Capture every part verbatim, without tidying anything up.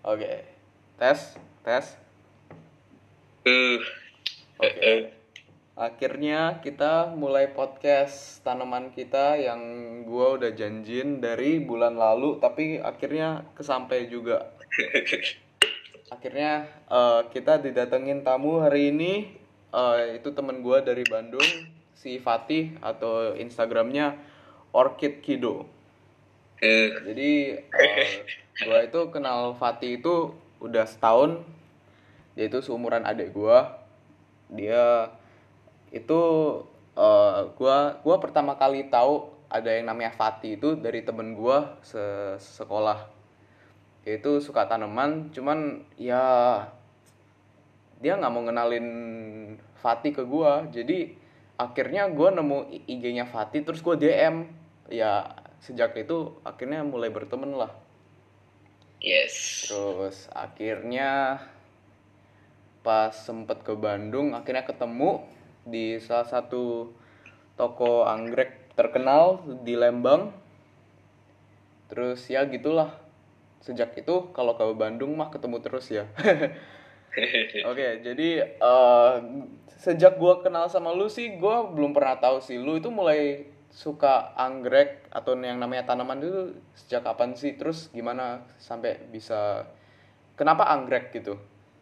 Oke. Tes, tes. Uh, Oke. uh, Akhirnya kita mulai podcast tanaman kita yang gua udah janjiin dari bulan lalu, tapi akhirnya kesampai juga. Akhirnya eh, kita didatengin tamu hari ini. Eh, itu temen gua dari Bandung, si Fatih atau Instagramnya Orchid Kido. uh. Jadi eh, gua itu kenal Fatih itu udah setahun. Dia itu seumuran adik gua. Dia itu eh, gua gua pertama kali tahu ada yang namanya Fatih itu dari temen gua se- sekolah. Dia itu suka tanaman, cuman ya dia nggak mau ngenalin Fatih ke gua. Jadi akhirnya gua nemu I G-nya Fatih, terus gua D M. Ya sejak itu akhirnya mulai berteman lah. Yes. Terus akhirnya pas sempet ke Bandung akhirnya ketemu di salah satu toko anggrek terkenal di Lembang. Terus ya gitulah, sejak itu kalau ke Bandung mah ketemu terus ya. Oke, jadi eh, sejak gua kenal sama lu sih gua belum pernah tahu sih lu itu mulai suka anggrek atau yang namanya tanaman itu sejak kapan sih, terus gimana sampai bisa kenapa anggrek gitu.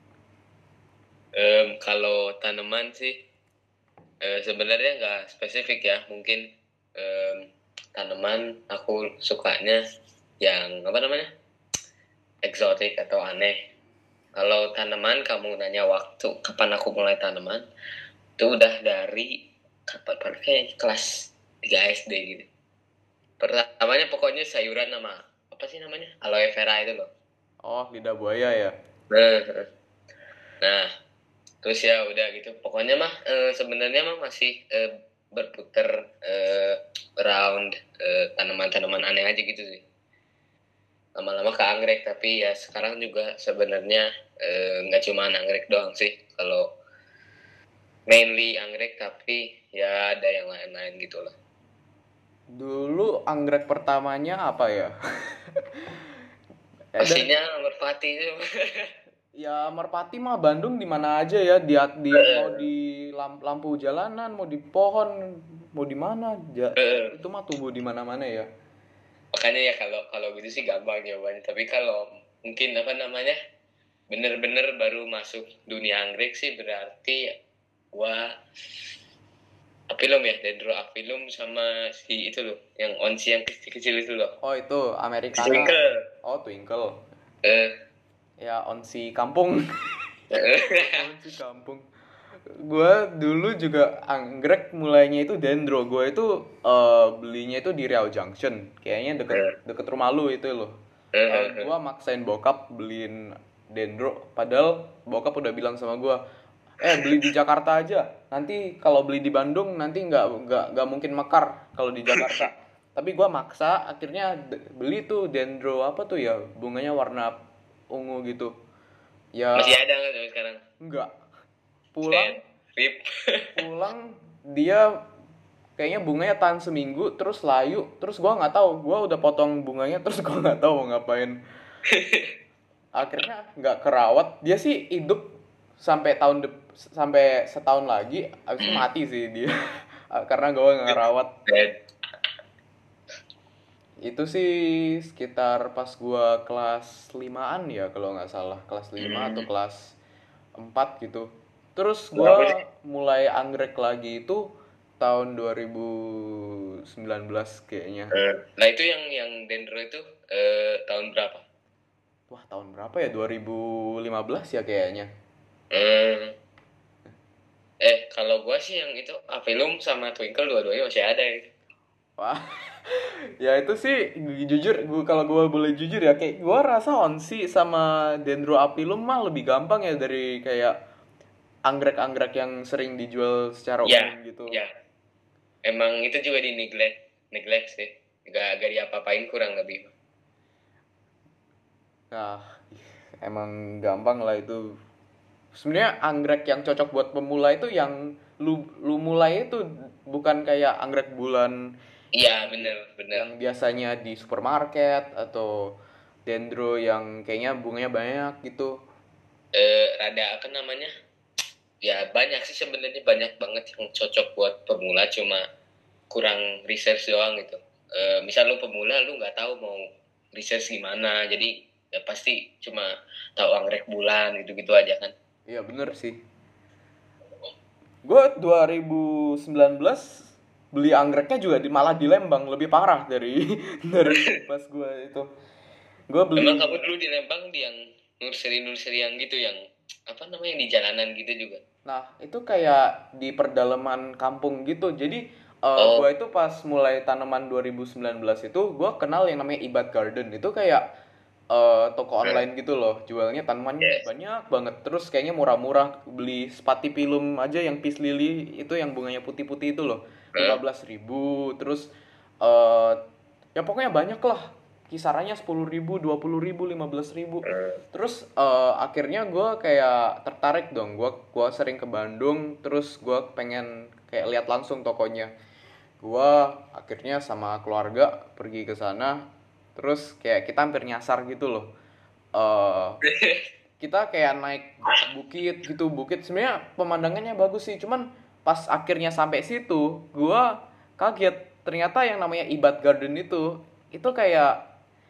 Em, kalau tanaman sih eh, sebenarnya nggak spesifik ya. Mungkin em, tanaman aku sukanya yang apa namanya eksotik atau aneh. Kalau tanaman kamu nanya waktu kapan aku mulai tanaman, itu udah dari kapan kayak kelas tiga S D gitu. Pertamanya pokoknya sayuran nama apa sih namanya aloe vera itu loh. Oh, lidah buaya ya. Nah, nah terus ya udah gitu. Pokoknya mah eh, sebenarnya mah masih eh, berputar eh, around eh, tanaman-tanaman aneh aja gitu sih. Lama-lama ke anggrek, tapi ya sekarang juga sebenarnya eh, nggak cuma anggrek doang sih. Kalau mainly anggrek, tapi ya ada yang lain-lain gitu lah. Dulu anggrek pertamanya apa ya? Eh, dari Pastinya merpati itu. ya Merpati mah Bandung di mana aja ya, di di mau Eh, di lam- lampu jalanan, mau di pohon, mau di mana, ja- eh, itu mah tumbuh di mana-mana ya. Makanya ya kalau kalau gitu sih gampang jawabannya. Tapi kalau mungkin apa namanya bener-bener baru masuk dunia anggrek sih berarti gua apilum ya, dendro apilum sama si itu loh, yang onsi yang kecil-kecil itu loh. Oh, itu Americana. Twinkle. Oh, Twinkle. Eh, Ya onsi kampung. eh, Onsi kampung. Gua dulu juga anggrek mulainya itu dendro. Gua itu eh, belinya itu di Riau Junction. Kayaknya deket deket rumah lu itu loh. Eh, eh, gua maksain bokap beliin dendro. Padahal bokap udah bilang sama gua, eh beli di Jakarta aja. Nanti kalau beli di Bandung nanti nggak nggak nggak mungkin mekar kalau di Jakarta. Tapi gua maksa, akhirnya d- beli tuh dendro apa tuh ya, bunganya warna ungu gitu. masih Ya ada nggak sampai sekarang? enggak. Pulang Set, rip. pulang dia kayaknya bunganya tahan seminggu terus layu, terus gua nggak tahu, gua udah potong bunganya terus gua nggak tahu mau ngapain. Akhirnya nggak kerawat, dia sih hidup sampai tahun dep- sampai setahun lagi, abis itu mati sih dia. Karena gua nggak ngerawat. Set. Itu sih sekitar pas gua kelas limaan ya kalau nggak salah, kelas lima atau Hmm. kelas empat gitu. Terus Kalau aku gua sih, mulai anggrek lagi itu tahun dua ribu sembilan belas kayaknya. eh, nah itu yang yang dendro itu eh, tahun berapa? Wah, tahun berapa ya? dua ribu lima belas ya kayaknya. Hmm. Eh, kalau gua sih yang itu apilum sama twinkle dua-duanya masih ada ya. Wah. Ya itu sih jujur gua, kalau gua boleh jujur ya, kayak gua rasa onsi sama dendroapilum mah lebih gampang ya dari kayak anggrek-anggrek yang sering dijual secara Ya, umum gitu. ya. Emang itu juga di neglect, neglect sih. Gak, gak diapa-apain kurang lebih. Nah, emang gampang lah itu. Sebenarnya anggrek yang cocok buat pemula itu yang lu lu mulai itu, bukan kayak anggrek bulan Iya, yang bener, bener. yang biasanya di supermarket atau dendro yang kayaknya bunganya banyak gitu. Eh, rada apa namanya? Ya banyak sih sebenarnya, banyak banget yang cocok buat pemula, cuma kurang research doang gitu. Eh, misal lu pemula, lu nggak tahu mau research gimana, jadi ya pasti cuma tahu anggrek bulan gitu-gitu aja kan. Iya bener sih. Gue dua ribu sembilan belas beli anggreknya juga di malah di Lembang, lebih parah dari dari pas gue itu. Gue beli. Emang kamu dulu di Lembang di yang nursery-nursery yang gitu, yang apa namanya, yang di jalanan gitu juga? Nah, itu kayak di pedalaman kampung gitu. Jadi eh Oh, gue itu pas mulai tanaman dua ribu sembilan belas itu gue kenal yang namanya Ibad Garden. Itu kayak eh, toko nah, online gitu loh. Jualnya tanaman yes. banyak banget. Terus kayaknya murah-murah. Beli Spathiphyllum aja yang peace lily itu yang bunganya putih-putih itu loh. lima Hah? belas ribu. Terus eh ya pokoknya banyak lah. Kisarannya sepuluh ribu, dua puluh ribu, lima belas ribu. Hmm. Terus eh, akhirnya gue kayak tertarik dong. Gue gua sering ke Bandung. Terus gue pengen kayak lihat langsung tokonya. Gue akhirnya sama keluarga pergi ke sana. Terus kayak kita hampir nyasar gitu loh. Eh kita kayak naik bukit gitu. Bukit sebenarnya pemandangannya bagus sih. Cuman pas akhirnya sampai situ, gue kaget. Ternyata yang namanya Ibad Garden itu itu kayak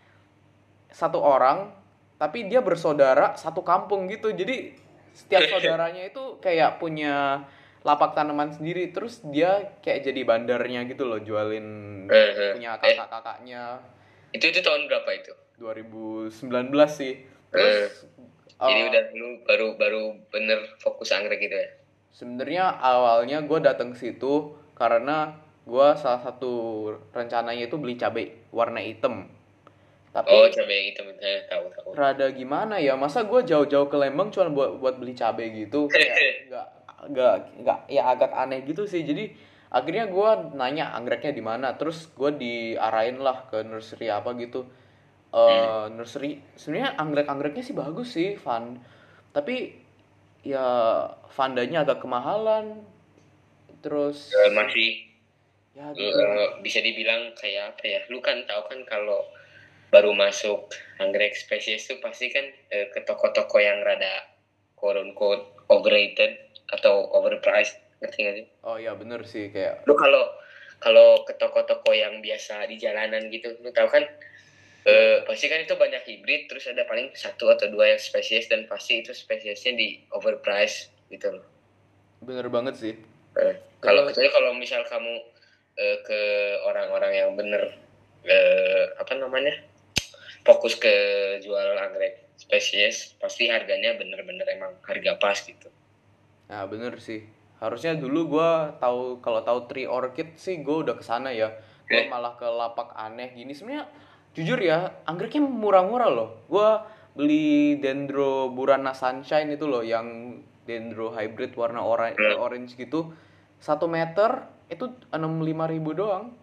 satu orang tapi dia bersaudara satu kampung gitu. Jadi setiap saudaranya itu kayak punya lapak tanaman sendiri. Terus dia kayak jadi bandarnya gitu loh, jualin Eh, eh, punya eh, kakak-kakaknya. itu itu tahun berapa itu? dua ribu sembilan belas sih. Eh, Terus jadi eh, udah lu baru baru bener fokus anggrek gitu ya? sebenarnya awalnya gue datang situ karena gue salah satu rencananya itu beli cabai warna hitam. Oh, Tapi cabai yang hitam, eh, tahu tahu. rada gimana ya, masa gue jauh-jauh ke Lembang cuma buat buat beli cabai gitu, kayak nggak nggak nggak ya agak aneh gitu sih. Jadi akhirnya gue nanya anggreknya di mana, terus gue diarahin lah ke nursery apa gitu. Hmm. eh nursery sebenarnya anggrek-anggreknya sih bagus sih, fun, tapi ya vandanya agak kemahalan. Terus Eh, masih ya gitu. eh, bisa dibilang kayak apa ya? Lu kan tahu kan kalau baru masuk anggrek spesies tuh pasti kan eh, ke toko-toko yang rada quote unquote overrated atau overpriced, ngerti nggak sih? Oh ya bener sih, kayak Lu kalau kalau ke toko-toko yang biasa di jalanan gitu, lu tahu kan ya eh, ya pasti kan itu banyak hibrid, terus ada paling satu atau dua yang spesies, dan pasti itu spesiesnya di overpriced gitu loh. bener banget sih. Eh, kalau Terus kecuali kalau misal kamu eh, ke orang-orang yang bener eh, apa namanya, fokus ke jual anggrek spesies, pasti harganya bener-bener emang harga pas gitu. nah bener sih, harusnya dulu gue tahu, kalau tahu Tree Orchid sih gue udah kesana ya. Gue Eh, malah ke lapak aneh gini. Sebenarnya jujur ya, anggreknya murah-murah loh. Gue beli Dendro Burana Sunshine itu loh, yang Dendro hybrid warna ora- hmm. orange gitu. Satu meter itu enam puluh lima ribu doang.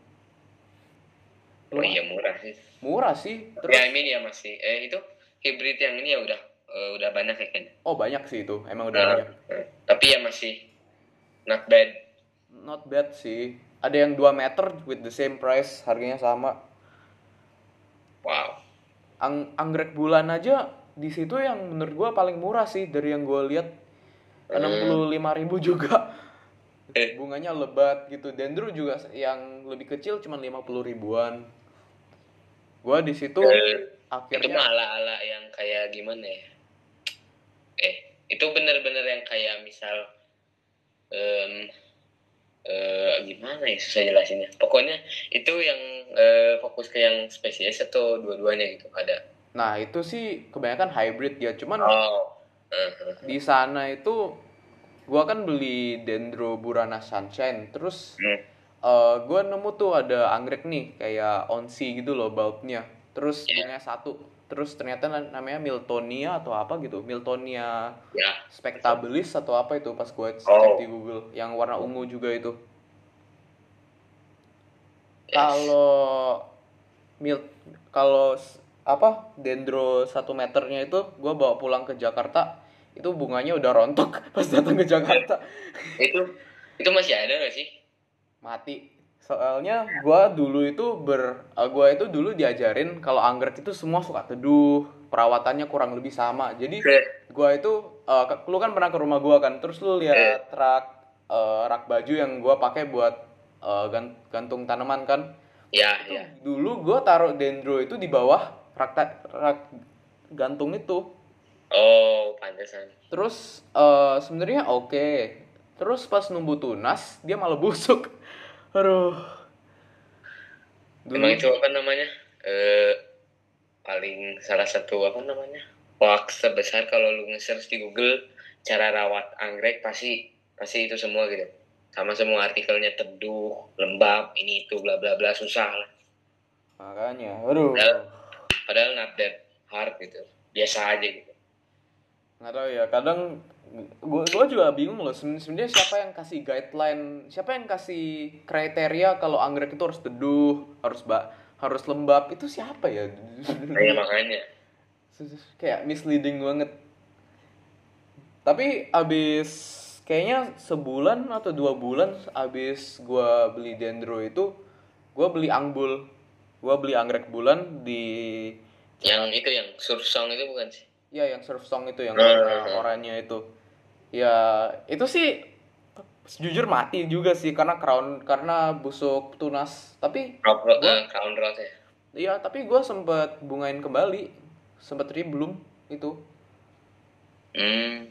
Oh iya, Lumayan murah sih. murah sih. Ya Terus I mean ya masih eh itu hybrid yang ini ya udah eh, udah banyak ya kan. oh banyak sih itu, emang udah Nah, banyak. eh, tapi ya masih not bad. Not bad sih. Ada yang dua meter with the same price, harganya sama. Wow. Ang anggrek bulan aja di situ yang menurut gua paling murah sih dari yang gua lihat, enam Hmm. puluh lima ribu juga. Eh, Bunganya lebat gitu. Dendro juga yang lebih kecil cuma lima puluh ribuan. Gua di situ eh, itu mah akhirnya ala-ala yang kayak gimana ya? Eh, itu bener-bener yang kayak misal em, eh, gimana ya, susah jelasinnya. Pokoknya itu yang eh, fokus ke yang spesies atau dua-duanya gitu ada. nah itu sih kebanyakan hybrid ya. Cuman Oh. Eh, eh, eh. di sana itu gua kan beli Dendro Burana Sunshine. Terus Hmm. eh gua nemu tuh ada anggrek nih kayak onsi gitu loh bulbnya. Terus Ya, bunganya satu. Terus ternyata na- namanya Miltonia atau apa gitu. Miltonia ya. spectabilis atau apa itu, pas gue cek Oh, di Google, yang warna ungu juga itu. yes. Kalau mil kalau s- apa dendro satu meternya itu gue bawa pulang ke Jakarta, itu bunganya udah rontok pas datang ke Jakarta. Itu itu masih ada nggak sih? Mati Soalnya gua dulu itu ber eh, gua itu dulu diajarin kalau anggrek itu semua suka teduh, perawatannya kurang lebih sama. Jadi Eh, gua itu eh, ke- lu kan pernah ke rumah gua kan, terus lu eh, lihat rak eh, rak baju yang gua pakai buat eh, gan- gantung tanaman kan. ya, Itu ya. dulu gua taruh dendro itu di bawah rak ta- rak gantung itu. Oh, pantesan. Terus eh sebenarnya oke. Terus pas numbuh tunas dia malah busuk. Aduh, Emang dulu itu apa namanya? Eh, paling salah satu apa namanya? Hoax terbesar kalau lu nge-search di Google cara rawat anggrek pasti pasti itu semua gitu. Sama semua artikelnya teduh, lembab, ini itu bla bla bla susah lah. makanya, aduh, Padahal, padahal not that hard gitu. Biasa aja gitu. nggak tahu ya. Kadang gua gua juga bingung loh. Seben- Sebenarnya siapa yang kasih guideline, siapa yang kasih kriteria kalau anggrek itu harus teduh, harus ba harus lembab itu siapa ya? Kayak makanya. Kayak misleading banget. Tapi abis kayaknya sebulan atau dua bulan abis gua beli dendro itu, gua beli angbul, gua beli anggrek bulan di Yang itu yang surf song itu bukan sih? ya yang surf song itu yang warna Hmm. oranye itu. Ya itu sih jujur mati juga sih karena crown karena busuk tunas. Tapi Crown Rose, gua eh, Crown Rose ya. iya tapi gua sempet bungain kembali, sempet rebloom itu. Hmm.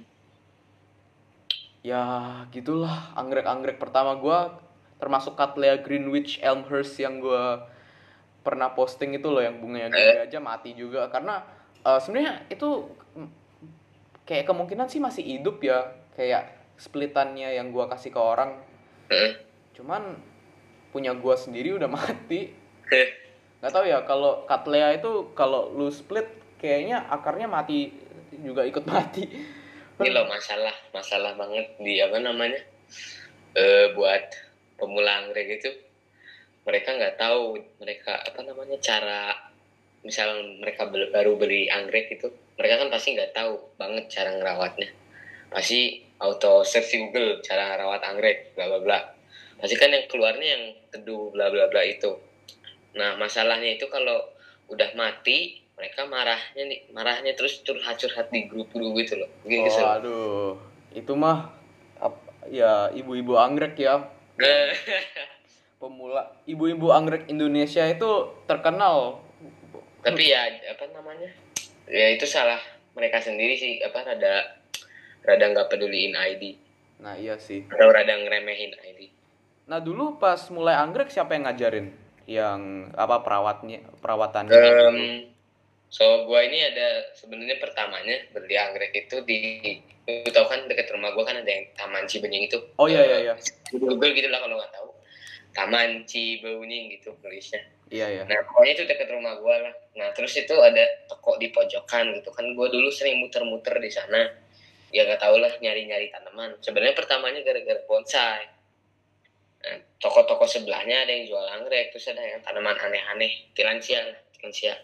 Ya gitulah anggrek-anggrek pertama gua termasuk Cattleya Greenwich Elmhurst yang gua pernah posting itu loh yang bunganya gede Eh, aja mati juga karena eh, sebenarnya itu mm, kayak kemungkinan sih masih hidup ya kayak splitannya yang gua kasih ke orang, eh, cuman punya gua sendiri udah mati. eh. Nggak tahu ya kalau Cattleya itu kalau lu split kayaknya akarnya mati juga ikut mati. Ini loh masalah, masalah banget di apa namanya? Eh, buat pemula anggrek itu mereka nggak tahu mereka apa namanya cara misal mereka bel- baru beli anggrek itu mereka kan pasti nggak tahu banget cara ngerawatnya pasti auto search di Google cara rawat anggrek bla bla bla pasti kan yang keluarnya yang teduh bla bla bla itu. Nah masalahnya itu kalau udah mati mereka marahnya nih marahnya terus curhat-curhat di grup-grup gitu loh mungkin Oh kesel. aduh, itu mah ap- ya ibu-ibu anggrek ya yang pemula. Ibu-ibu anggrek Indonesia itu terkenal. Tapi ya apa namanya ya itu salah mereka sendiri sih apa rada rada nggak peduliin I D Nah iya sih. atau rada ngeremehin I D. Nah dulu pas mulai anggrek siapa yang ngajarin? Yang apa perawatnya, perawatannya Um, gitu. so gua ini ada sebenarnya pertamanya beli anggrek itu di lu tau kan dekat rumah gua kan ada yang Taman Cibenying itu. Oh iya iya Eh, iya. di Google gitu lah kalau nggak tahu. Taman Cibenying gitu tulisnya. Iya iya. Nah pokoknya itu dekat rumah gua lah. Nah terus itu ada toko di pojokan gitu kan gua dulu sering muter-muter di sana. Ya nggak tau lah nyari-nyari tanaman. Sebenarnya pertamanya gara-gara bonsai. Nah, toko-toko sebelahnya ada yang jual anggrek, terus ada yang tanaman aneh-aneh, tilansia lah, tilansia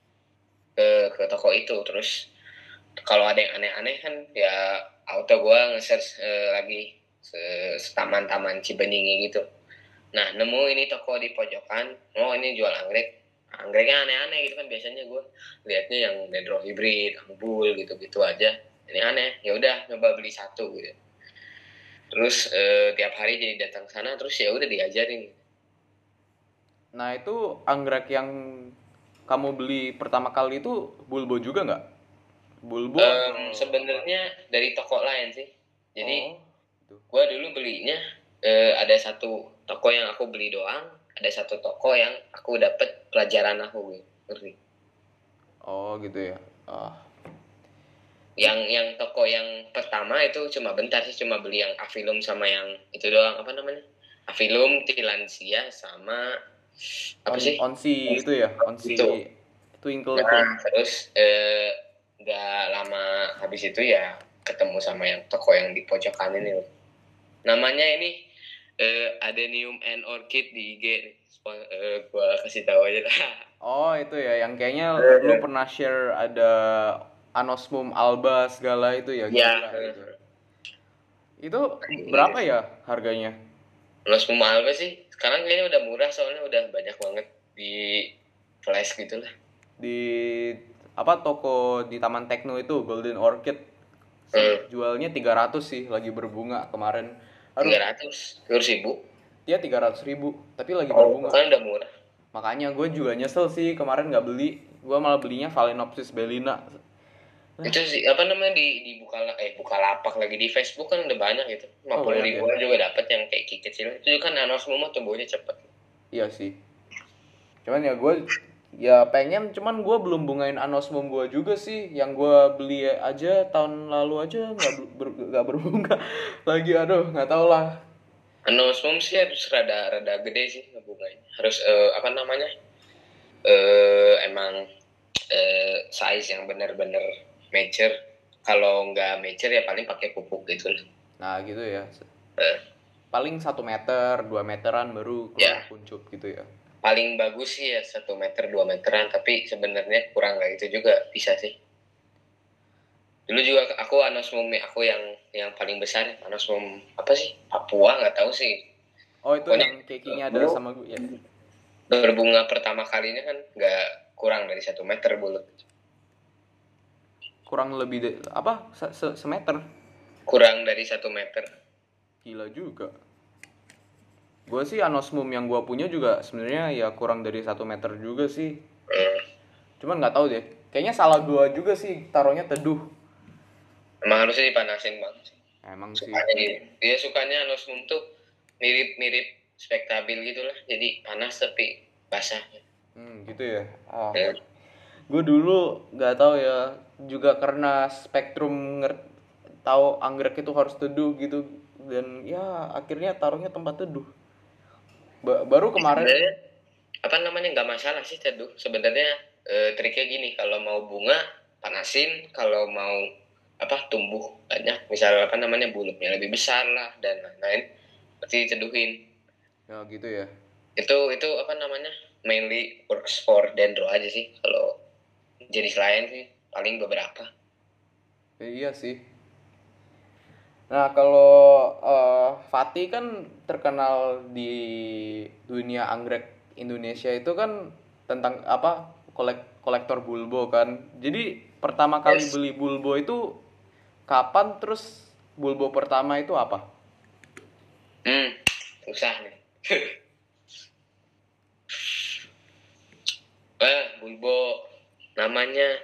ke ke toko itu. Terus kalau ada yang aneh-aneh kan ya auto gua nge-search eh, lagi se- taman-taman Cibenying gitu. Nah, nemu ini toko di pojokan, oh ini jual anggrek. Anggreknya aneh-aneh gitu kan biasanya gua liatnya yang dendro hybrid, ambul gitu-gitu aja. Ini aneh, ya udah nyoba beli satu gitu. Terus eh, tiap hari jadi datang sana terus ya udah diajarin. Nah itu anggrek yang kamu beli pertama kali itu bulbo juga nggak? Bulbo atau? Um, sebenarnya dari toko lain sih. Jadi Oh, gitu. gue dulu belinya eh, ada satu toko yang aku beli doang, ada satu toko yang aku dapet pelajaran aku gitu. Ngerti? Oh gitu ya. Ah, Yang yang toko yang pertama itu cuma bentar sih, cuma beli yang Avilum sama yang itu doang apa namanya? Avilum, Tilansia sama apa on sih? onsi itu ya, onsi Itu. twinkle itu. Nah, terus eh, nggak lama habis itu ya ketemu sama yang toko yang di pojokan ini loh. Namanya ini eh, Adenium and Orchid di I G nih. Spo- eh, gua kasih tahu aja lah. Oh itu ya, yang kayaknya lu pernah share ada Anosmum alba segala itu ya, Ya, gila eh, itu. Itu berapa ya harganya? Anosmum apa sih? Sekarang kayaknya udah murah soalnya udah banyak banget di flash gitu lah. Di apa toko di Taman Tekno itu Golden Orchid Hmm, jualnya tiga ratus sih, lagi berbunga kemarin. Aduh, tiga ratus, tiga ratus ribu. dia tiga ratus ribu tapi lagi Oh, berbunga. kan udah murah. Makanya gue juga nyesel sih kemarin nggak beli. Gue malah belinya Phalaenopsis belina. Itu sih apa namanya di di Bukala eh Bukalapak lagi di Facebook kan udah banyak gitu. lima Oh puluh banyak ya. ribuan juga dapat yang kayak kecil. Itu kan anosmum mah tumbuhnya cepet. Iya sih. Cuman ya gue ya pengen, cuman gue belum bungain anosmum gue juga sih. Yang gue beli aja tahun lalu aja nggak ber, nggak berbunga lagi. Aduh nggak tau lah. Anosmum sih harus rada rada gede sih bunganya. Harus eh, apa namanya? Eh emang eh, size yang bener-bener mature. Kalau nggak mature ya paling pakai pupuk gitu lah. Nah gitu ya. Eh, Paling satu meter, dua meteran baru keluar ya kuncup gitu ya. paling bagus sih ya satu meter dua meteran, tapi sebenarnya kurang kayak itu juga bisa sih. Dulu juga aku anosmum aku yang yang paling besar anosmum apa sih Papua nggak tahu sih. Oh itu Pokoknya yang kekinya ada dulu sama gue ya. berbunga pertama kalinya kan nggak kurang dari satu meter bulat. Kurang lebih de, apa se, se, semeter. Kurang dari satu meter. Gila juga. Gue sih anosmum yang gue punya juga sebenarnya ya kurang dari satu meter juga sih. Hmm. Cuman nggak tahu deh. Kayaknya salah gue juga sih taruhnya teduh. Emang harusnya dipanasin banget. Emang sih. Sukanya dia, dia sukanya anosmum tuh mirip-mirip spektabil gitulah. Jadi panas tapi basah. Hmm, gitu ya. Ah. Hmm. Gue dulu nggak tahu ya, juga karena spektrum nger- tahu anggrek itu harus teduh gitu, dan ya akhirnya taruhnya tempat teduh. Ba- baru kemarin. Sebenarnya apa namanya nggak masalah sih teduh. Sebenarnya eh, triknya gini, kalau mau bunga panasin, kalau mau apa tumbuh banyak, misal apa namanya bulutnya lebih besar lah dan lain-lain, berarti teduhin. Ya gitu ya. Itu itu apa namanya mainly works for dendro aja sih. Kalau jenis lain sih paling beberapa. Ya, iya sih. Nah kalau eh, Fatih kan terkenal di dunia anggrek Indonesia itu kan tentang apa, kolek kolektor bulbo kan. Jadi pertama kali Yes. beli bulbo itu kapan, terus bulbo pertama itu apa? Hmm, susah nih. Ah, bulbo namanya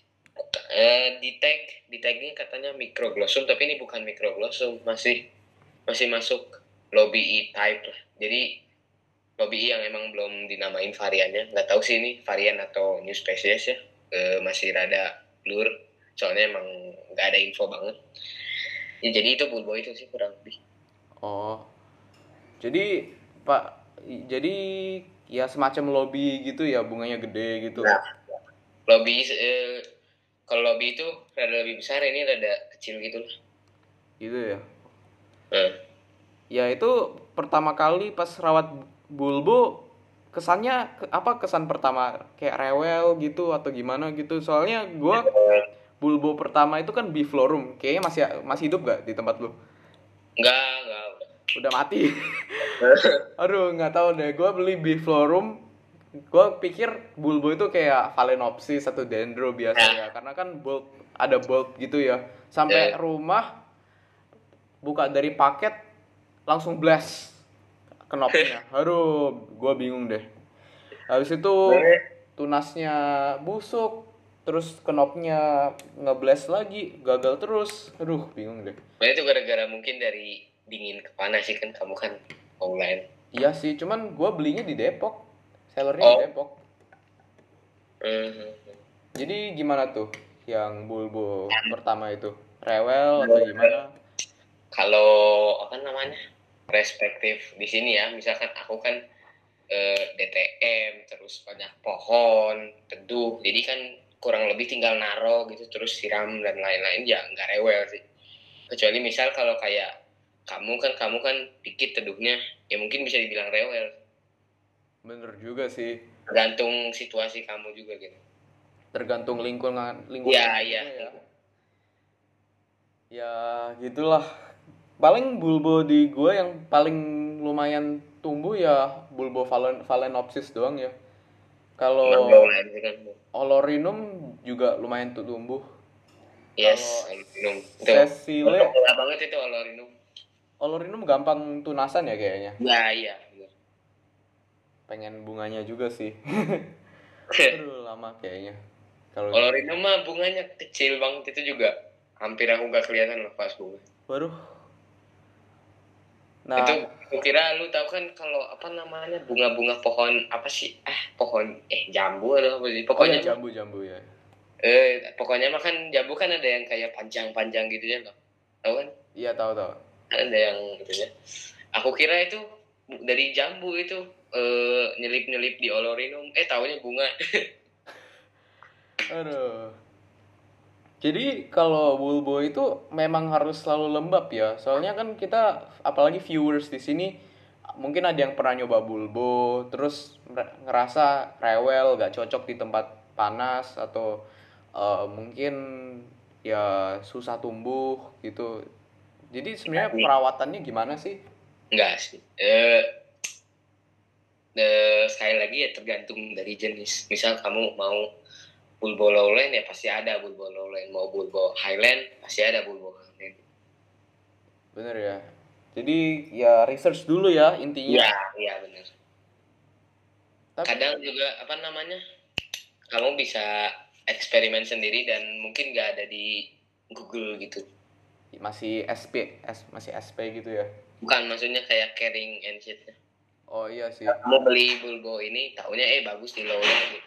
eh, di tag di tagnya katanya microglossum, tapi ini bukan microglossum, masih masih masuk lobby E type lah. Jadi lobby E yang emang belum dinamain variannya, nggak tahu sih ini varian atau new species ya. Eh, masih rada blur soalnya emang nggak ada info banget ya, jadi itu bulbo itu sih kurang lebih. Oh, jadi Pak, jadi ya semacam lobby gitu ya, bunganya gede gitu. Nah, lobby eh, kalau lobby itu rada lebih besar, ini rada kecil gitu lah. Gitu ya. Nah, Ya itu pertama kali pas rawat bulbo, kesannya ke- apa, kesan pertama kayak rewel gitu atau gimana gitu. Soalnya gua bulbo pertama itu kan biflorum. Kayaknya masih masih hidup gak di tempat lu? enggak enggak udah. Udah mati. Aduh, nggak tahu deh. Gua beli biflorum. Gua pikir bulbo itu kayak Phalaenopsis atau Dendro biasa ya. Karena kan bulb, ada bulb gitu ya. Sampai Eh, rumah buka dari paket langsung blast knopnya. Aduh, gua bingung deh. Habis itu tunasnya busuk, terus knopnya ngeblast lagi, gagal terus. Aduh, bingung deh. nah itu gara-gara mungkin dari dingin ke panas sih kan, kamu kan online. Iya sih, cuman gua belinya di Depok. Sellernya di Oh, Depok. hmm. Jadi gimana tuh yang bulbo pertama itu? Rewel atau gimana? Kalau apa namanya perspektif di sini ya, misalkan aku kan eh, D T M terus banyak pohon teduh, jadi kan kurang lebih tinggal naro gitu terus siram dan lain-lain, ya nggak rewel sih. Kecuali misal kalau kayak kamu kan kamu kan dikit teduhnya, ya mungkin bisa dibilang rewel. Bener juga sih. Tergantung situasi kamu juga gitu. Tergantung lingkungan Iya lingkungannya iya. juga ya. Ya gitulah. Paling bulbo di gue yang paling lumayan tumbuh ya bulbo phalen- phalaenopsis doang ya. Emang Kalau lowland sih kan. Olorinum juga lumayan tuh tumbuh. Kalau Yes, Olorinum. Itu Sesile, populer banget itu Olorinum. Olorinum gampang tunasan ya kayaknya. Ya, iya. Bener. Pengen bunganya juga sih. Aduh lama kayaknya. Kalau Olorinum mah bunganya kecil banget itu juga. Hampir aku gak kelihatan loh pas bunga. waduh. Itu Nah, aku kira lu tahu kan kalau apa namanya bunga-bunga pohon apa sih? Ah, pohon eh jambu atau apa sih? oh ya Pokoknya mah jambu-jambu ya. eh pokoknya mah kan jambu kan ada yang kayak panjang-panjang gitu ya loh. Tahu kan? Iya tahu tahu. Ada yang gitu ya. Aku kira itu dari jambu itu eh, nyelip-nyelip di Olorinum. Eh taunya bunga. Aduh. Jadi kalau bulbo itu memang harus selalu lembab ya. Soalnya kan kita apalagi viewers di sini mungkin ada yang pernah nyoba bulbo terus mer- ngerasa rewel, gak cocok di tempat panas atau eh, mungkin ya susah tumbuh gitu. Jadi sebenarnya perawatannya gimana sih? Enggak sih. Eh, eh, sekali lagi ya tergantung dari jenis. Misal kamu mau bulbo lowland ya pasti ada bulbo lowland. Mau bulbo highland pasti ada bulbo highland. Bener ya. Jadi ya research dulu ya intinya. Iya, iya benar. Tapi Kadang juga apa namanya? Kamu bisa eksperimen sendiri dan mungkin nggak ada di Google gitu. masih S P, S, masih S P gitu ya. Bukan maksudnya kayak caring and shit. Oh iya sih. Kamu beli bulbo ini, taunya eh bagus di lowland gitu.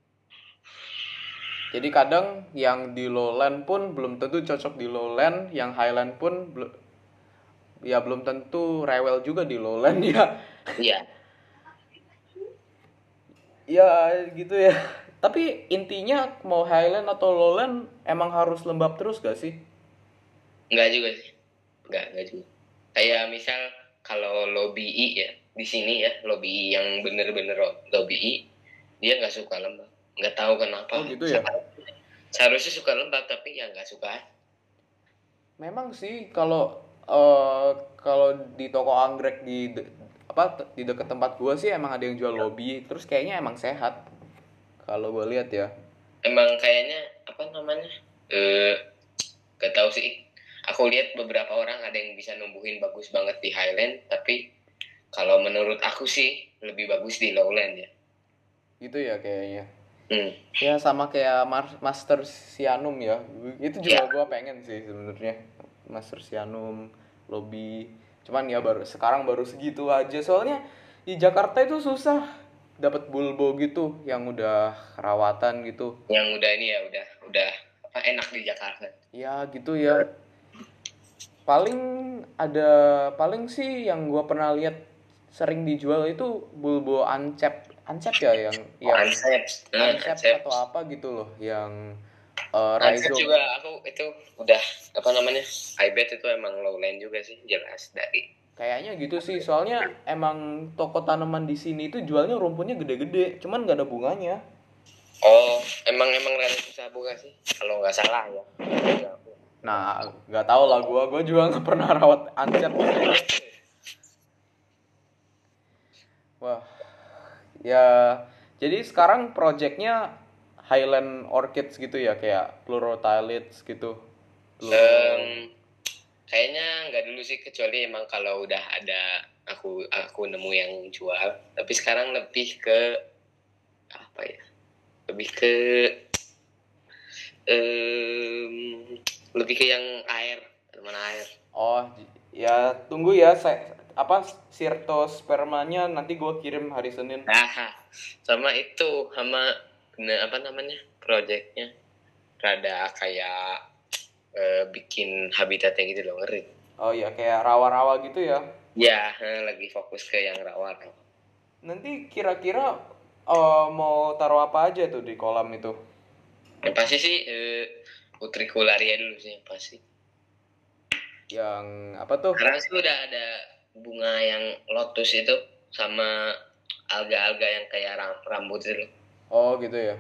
Jadi kadang yang di lowland pun belum tentu cocok di lowland, yang highland pun bel- ya belum tentu rewel juga di lowland ya. Iya, Ya gitu ya. Tapi intinya mau highland atau lowland emang harus lembab terus gak sih? nggak juga sih. Nggak, nggak juga. Kayak misal kalau lobby I ya, di sini ya, lobby I yang bener-bener lobby I, dia nggak suka lembab. Nggak tahu kenapa. Oh gitu ya. Seharusnya suka lembab, tapi ya nggak suka. Memang sih kalau eh kalau di toko anggrek di de- apa te- di dekat tempat gua sih emang ada yang jual lobby, terus kayaknya emang sehat. Kalau gua lihat ya. Emang kayaknya, apa namanya, eh nggak tahu sih. Aku lihat beberapa orang ada yang bisa numbuhin bagus banget di highland, tapi kalau menurut aku sih, lebih bagus di lowland ya. Gitu ya kayaknya. Hmm. Ya sama kayak Mar- Master Cyanum ya. Itu juga Ya, gua pengen sih sebenarnya. Master Cyanum, lobby. Cuman ya baru sekarang baru segitu aja. Soalnya di Jakarta itu susah dapat bulbo gitu yang udah rawatan gitu. yang udah ini ya, udah udah apa enak di Jakarta. Ya gitu ya. Paling ada paling sih yang gua pernah lihat sering dijual itu bulbo ancep. Ancep ya yang Oh, yang Anseps. Nah, ancep Anseps. atau apa gitu loh yang eh, Anseps rhizome. juga aku itu udah apa namanya? I bet itu emang lowland juga sih, jelas dari. Kayaknya gitu sih, soalnya emang toko tanaman di sini itu jualnya rumputnya gede-gede, cuman nggak ada bunganya. Oh, emang emang rada susah buka sih, kalau nggak salah ya. Nah, nggak tahu lah gua, gua juga nggak pernah rawat ancep. Wah, ya jadi sekarang projectnya Highland Orchids gitu ya, kayak Pleurotylids gitu. Pluro- Em, kayaknya nggak dulu sih, kecuali emang kalau udah ada aku aku nemu yang jual. Tapi sekarang lebih ke apa ya? Lebih ke em, lebih ke yang air, tanaman air. Oh, ya tunggu ya, saya apa sirtospermanya nanti gua kirim hari Senin. Nah, sama itu sama nah, apa namanya projectnya rada kayak eh, bikin habitatnya gitu loh, ngeri. Oh ya, kayak rawa-rawa gitu ya. Ya, eh, lagi fokus ke yang rawa. Nanti kira-kira eh, mau taruh apa aja tuh di kolam itu? Yang pasti sih eh, utricularia dulu sih yang pasti. Yang apa tuh? Sekarang sih udah ada bunga yang lotus itu sama alga-alga yang kayak ram- rambut itu loh. Oh gitu ya.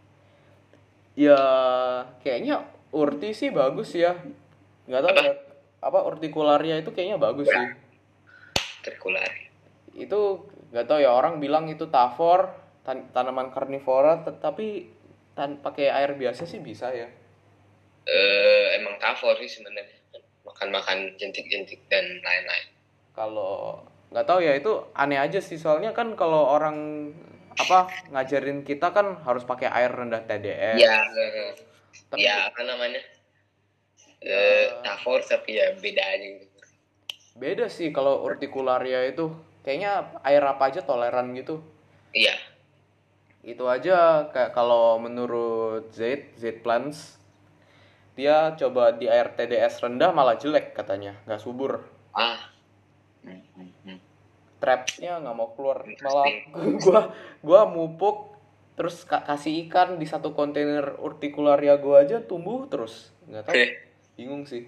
Ya kayaknya Urti sih bagus ya. Nggak tahu Apa? ya. apa urticularia itu kayaknya bagus sih. Urticularia. Itu nggak tahu ya, orang bilang itu tavor, tan- tanaman karnivora, tetapi tan pakai air biasa sih bisa ya. Eh, emang tavor sih sebenarnya. Makan-makan jentik-jentik dan lain-lain. Kalau nggak tahu ya, itu aneh aja sih, soalnya kan kalau orang apa ngajarin kita kan harus pakai air rendah T D S Ya, gitu. eh, Tapi ya apa namanya? ya Eh, tavor tapi ya beda aja gitu. beda sih kalau urticularia itu. Kayaknya air apa aja toleran gitu. Iya. Itu aja kayak kalau menurut Zaid, Zaid Plants, dia coba di air T D S rendah malah jelek katanya, nggak subur. Ah. Hmm, hmm, hmm. Trapsnya nggak mau keluar, malah Interesting. gua gua mupuk terus ka- kasih ikan di satu kontainer urticularia gua aja tumbuh terus, nggak tahu, bingung sih.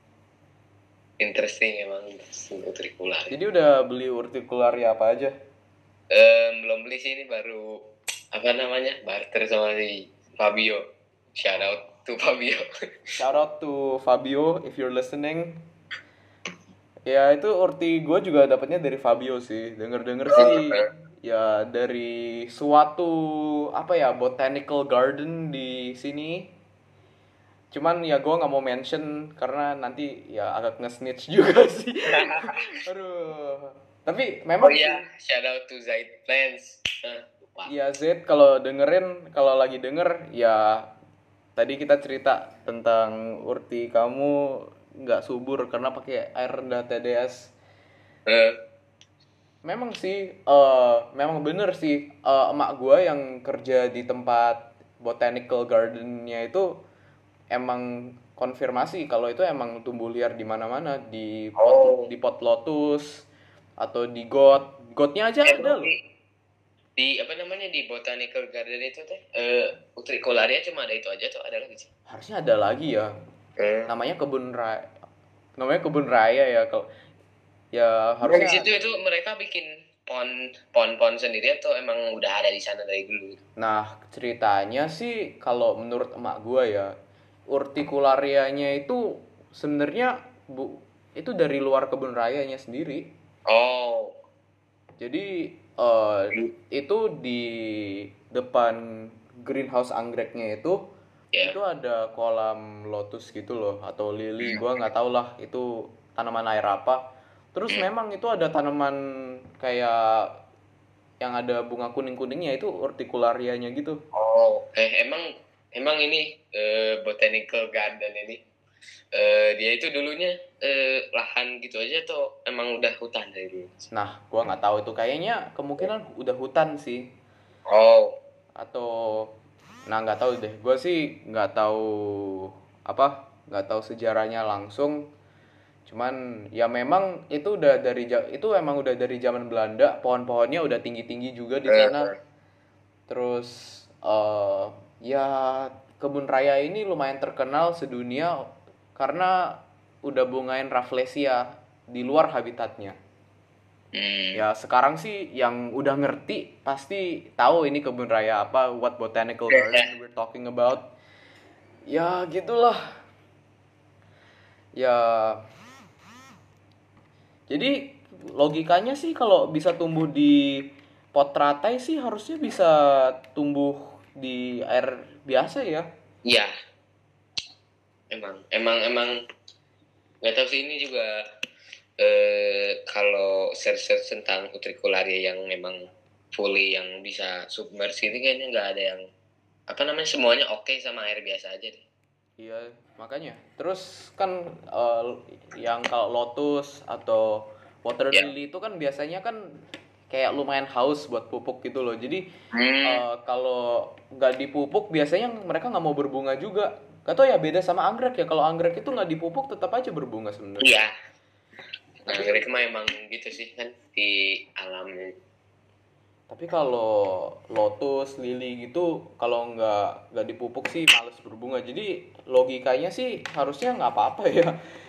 Interesting emang interesting urticularia. Jadi udah beli urticularia apa aja? Em, belum beli sih, ini baru apa namanya barter sama si Fabio. Shout out to Fabio. Shout out to Fabio if you're listening. Ya itu urti gue juga dapatnya dari Fabio sih. Denger-denger sih ya dari suatu apa ya botanical garden di sini. Cuman ya gue nggak mau mention karena nanti ya agak nge-snitch juga sih. Aduh. Tapi memang Oh iya, sih. shout out to Zaid Plans. Nah, lupa. Iya Z, kalau dengerin, kalau lagi denger ya tadi kita cerita tentang urti kamu nggak subur karena pakai air rendah T D S. Eh, Memang sih, eh memang bener sih, eh, emak gue yang kerja di tempat botanical gardennya itu emang konfirmasi kalau itu emang tumbuh liar di mana-mana, di pot Oh. di pot lotus atau di got, gotnya aja eh, ada loh. di, di apa namanya di botanical garden itu teh eh urticularia cuma ada itu aja tuh, ada lagi sih? Harusnya ada lagi ya. Eh. Namanya kebun raya, namanya kebun raya ya kalau ya Nah, di harusnya situ ada. itu mereka bikin pon pon pon sendiri atau emang udah ada di sana dari dulu? Nah ceritanya sih kalau menurut emak gue ya, urticularianya itu sebenarnya bu itu dari luar kebun rayanya sendiri. Oh. Jadi eh, itu di depan greenhouse anggreknya itu Ya. itu ada kolam lotus gitu loh atau lili, gua nggak tahu lah itu tanaman air apa. Terus memang itu ada tanaman kayak yang ada bunga kuning-kuningnya, itu urticularianya gitu. Oh, eh emang emang ini eh, botanical garden ini eh, dia itu dulunya eh, lahan gitu aja atau emang udah hutan dari dulu? Nah, gua nggak tahu itu, kayaknya kemungkinan udah hutan sih. Oh. Atau nah nggak tahu deh, gue sih nggak tahu apa nggak tahu sejarahnya langsung. Cuman ya memang itu udah dari ja- itu emang udah dari zaman Belanda, pohon-pohonnya udah tinggi-tinggi juga di sana. Terus eh ya kebun raya ini lumayan terkenal sedunia karena udah bungain Rafflesia di luar habitatnya. Hmm. Ya sekarang sih yang udah ngerti pasti tahu ini kebun raya apa, what botanical garden we're talking about. Ya gitulah. Ya jadi logikanya sih kalau bisa tumbuh di pot teratai sih harusnya bisa tumbuh di air biasa ya. Iya, emang emang emang nggak tahu sih ini juga eh kalau search-search tentang utricularia yang memang fully yang bisa submerge ini kayaknya nggak ada yang apa namanya semuanya oke sama air biasa aja deh. Iya, makanya. Terus kan eh, yang kalau lotus atau water Ya. lily itu kan biasanya kan kayak lumayan haus buat pupuk gitu loh. Jadi Hmm. eh, kalau nggak dipupuk biasanya mereka nggak mau berbunga juga. Gak tau ya, beda sama anggrek ya. Kalau anggrek itu nggak dipupuk tetap aja berbunga sebenarnya. Iya. Nah, anggrek mah emang gitu sih kan di alamnya. Tapi kalau lotus, lili gitu kalau nggak nggak dipupuk sih males berbunga. Jadi logikanya sih harusnya nggak apa-apa ya.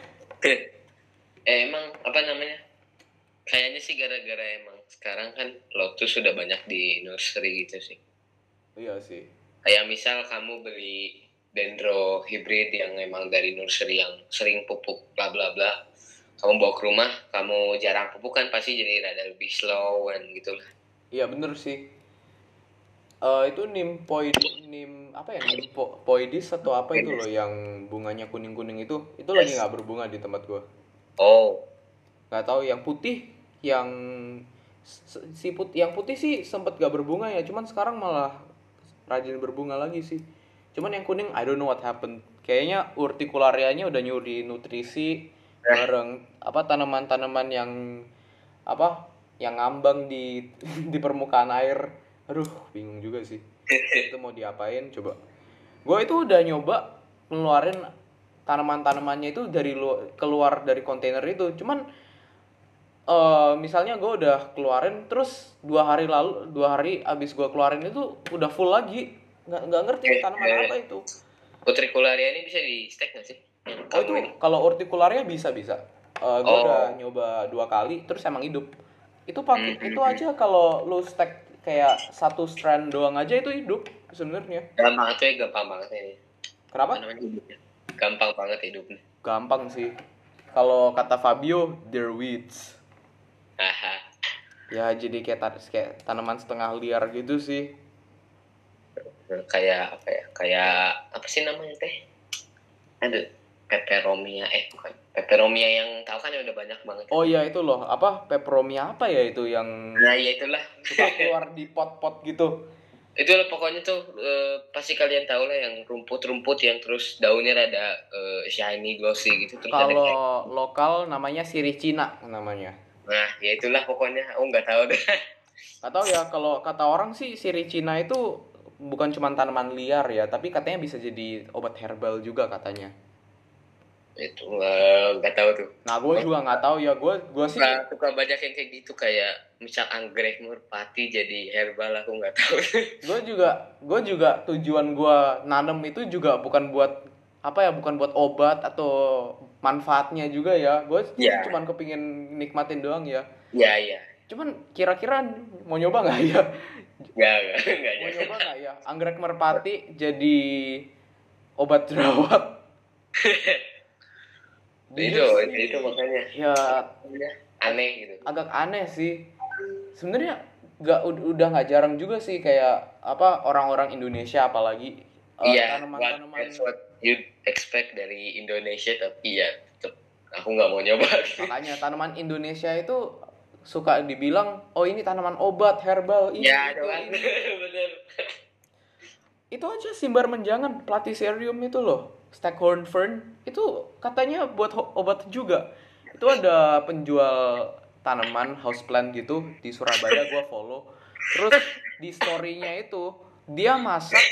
eh emang apa namanya? Kayaknya sih gara-gara emang sekarang kan lotus sudah banyak di nursery gitu sih. Iya sih. Kayak misal kamu beli dendro hybrid yang memang dari nursery yang sering pupuk bla bla bla, kamu bawa ke rumah, kamu jarang pupuk kan pasti jadi rada lebih slow kan gitu lah. Iya bener sih. Eh itu nymphoid nim apa ya nymphoidis atau apa itu loh yang bunganya kuning-kuning itu itu lagi Yes. nggak berbunga di tempat gua. Oh, Nggak tahu yang putih yang s- si put yang putih sih sempet gak berbunga ya, cuman sekarang malah rajin berbunga lagi sih. Cuman yang kuning I don't know what happened. Kayaknya urtikularianya udah nyuri nutrisi nah bareng apa tanaman-tanaman yang apa yang ngambang di di permukaan air. Aduh, bingung juga sih. Itu mau diapain coba? Gue itu udah nyoba ngeluarin tanaman-tanamannya itu dari lu, keluar dari kontainer itu. Cuman eh misalnya gue udah keluarin terus dua hari lalu dua hari abis gue keluarin itu udah full lagi, nggak nggak ngerti ini eh, tanaman eh, apa itu. utricularia ini bisa di stack nggak sih yang Oh kamu itu ini? kalau urtikularia bisa bisa. Eh gue udah Oh, nyoba dua kali terus emang hidup. Itu pakai hmm, hmm, itu hmm. aja kalau lu stack kayak satu strand doang aja itu hidup sebenarnya. Gampang tuh ya, gampang banget ini. Apa Kenapa? namanya hidupnya? Gampang banget hidupnya. Gampang sih. Kalau kata Fabio, they're weeds. Haha. Ya jadi kayak, ta- kayak tanaman setengah liar gitu sih. Kayak apa ya? Kayak apa sih namanya teh? Aduh, peperomia eh bukan. Peperomia yang tahu kan ya udah banyak banget. Oh iya itu loh, apa peperomia apa ya itu yang Nah, ya itulah. suka keluar di pot-pot gitu. Itulah pokoknya tuh eh, pasti kalian tahu lah yang rumput-rumput yang terus daunnya rada eh, shiny glossy gitu terus ada kayak. Kalau lokal namanya sirih Cina namanya. Nah, ya itulah pokoknya. Aku nggak tahu deh. Gak tau ya, kalau kata orang sih sirih Cina itu bukan cuma tanaman liar ya, tapi katanya bisa jadi obat herbal juga katanya. Itu eh, nggak tahu tuh. Nah gue juga nggak tahu ya, gue gue sih Suka, suka banyak yang kayak gitu kayak misal anggrek merpati jadi herbal aku nggak tahu. gue juga gue juga tujuan gue nanem itu juga bukan buat apa ya, bukan buat obat atau manfaatnya juga ya. Gue sih Ya, cuman kepingin nikmatin doang ya. ya, ya. Cuman kira-kira mau nyoba nggak ya? Nggak, nggak, nggak Mau jadi. nyoba nggak ya? Anggrek merpati jadi obat jerawat. itu, Jujur itu, sih, itu makanya ya aneh gitu. agak aneh sih. Sebenarnya nggak ud- udah nggak jarang juga sih kayak apa orang-orang Indonesia apalagi eh, Iya, what, tanaman-tanaman. that's what you expect dari Indonesia tapi ya tetep aku nggak mau nyoba. Makanya tanaman Indonesia itu suka dibilang oh ini tanaman obat herbal ini Ya, itu, doang. ini. Bener. Itu aja simbar menjangan platycerium itu loh, staghorn fern itu katanya buat ho- obat juga. Itu ada penjual tanaman houseplant gitu di Surabaya, gua follow. Terus di story-nya itu dia masak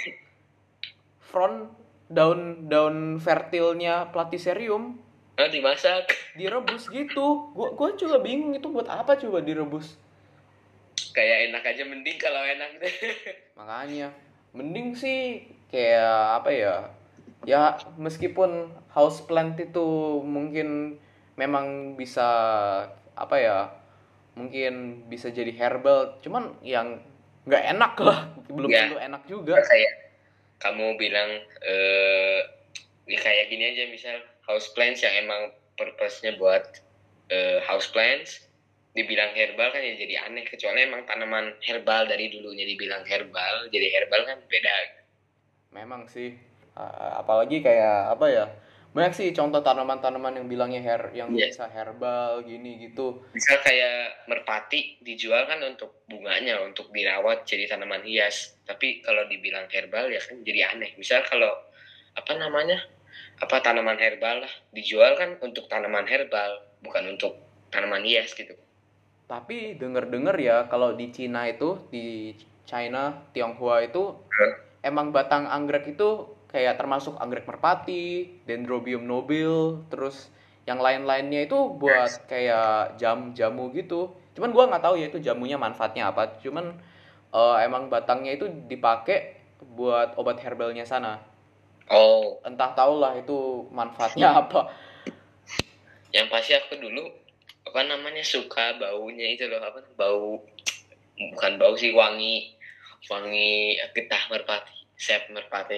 front daun daun fertilnya platycerium Nah, dimasak. direbus gitu. Gua gua juga bingung itu buat apa coba direbus. Kayak enak aja mending kalau enak. Makanya mending sih kayak apa ya? Ya meskipun houseplant itu mungkin memang bisa apa ya? Mungkin bisa jadi herbal, cuman yang nggak enak lah, belum Ya, tentu enak juga. kayak kamu bilang eh ya kayak gini aja misal houseplants yang emang purpose-nya buat eh, houseplants dibilang herbal kan ya jadi aneh kecuali emang tanaman herbal dari dulunya dibilang herbal jadi herbal kan beda. Memang sih. A- apalagi kayak apa ya? Banyak sih contoh tanaman-tanaman yang bilangnya her yang Iya. bisa herbal gini gitu. Misal kayak merpati dijual kan untuk bunganya untuk dirawat jadi tanaman hias tapi kalau dibilang herbal ya kan jadi aneh. Misal kalau apa namanya apa tanaman herbal lah dijual kan untuk tanaman herbal bukan untuk tanaman hias gitu. Tapi denger-denger ya kalau di Cina itu, di China, Tionghoa itu Huh? emang batang anggrek itu kayak termasuk anggrek merpati, Dendrobium nobile, terus yang lain-lainnya itu buat kayak jam jamu gitu. Cuman gua nggak tahu ya itu jamunya manfaatnya apa. Cuman eh, emang batangnya itu dipakai buat obat herbalnya sana. Oh, Entah tahulah itu manfaatnya apa. yang pasti aku dulu apa namanya suka baunya itu loh apa bau bukan bau sih wangi wangi getah merpati sep merpati itu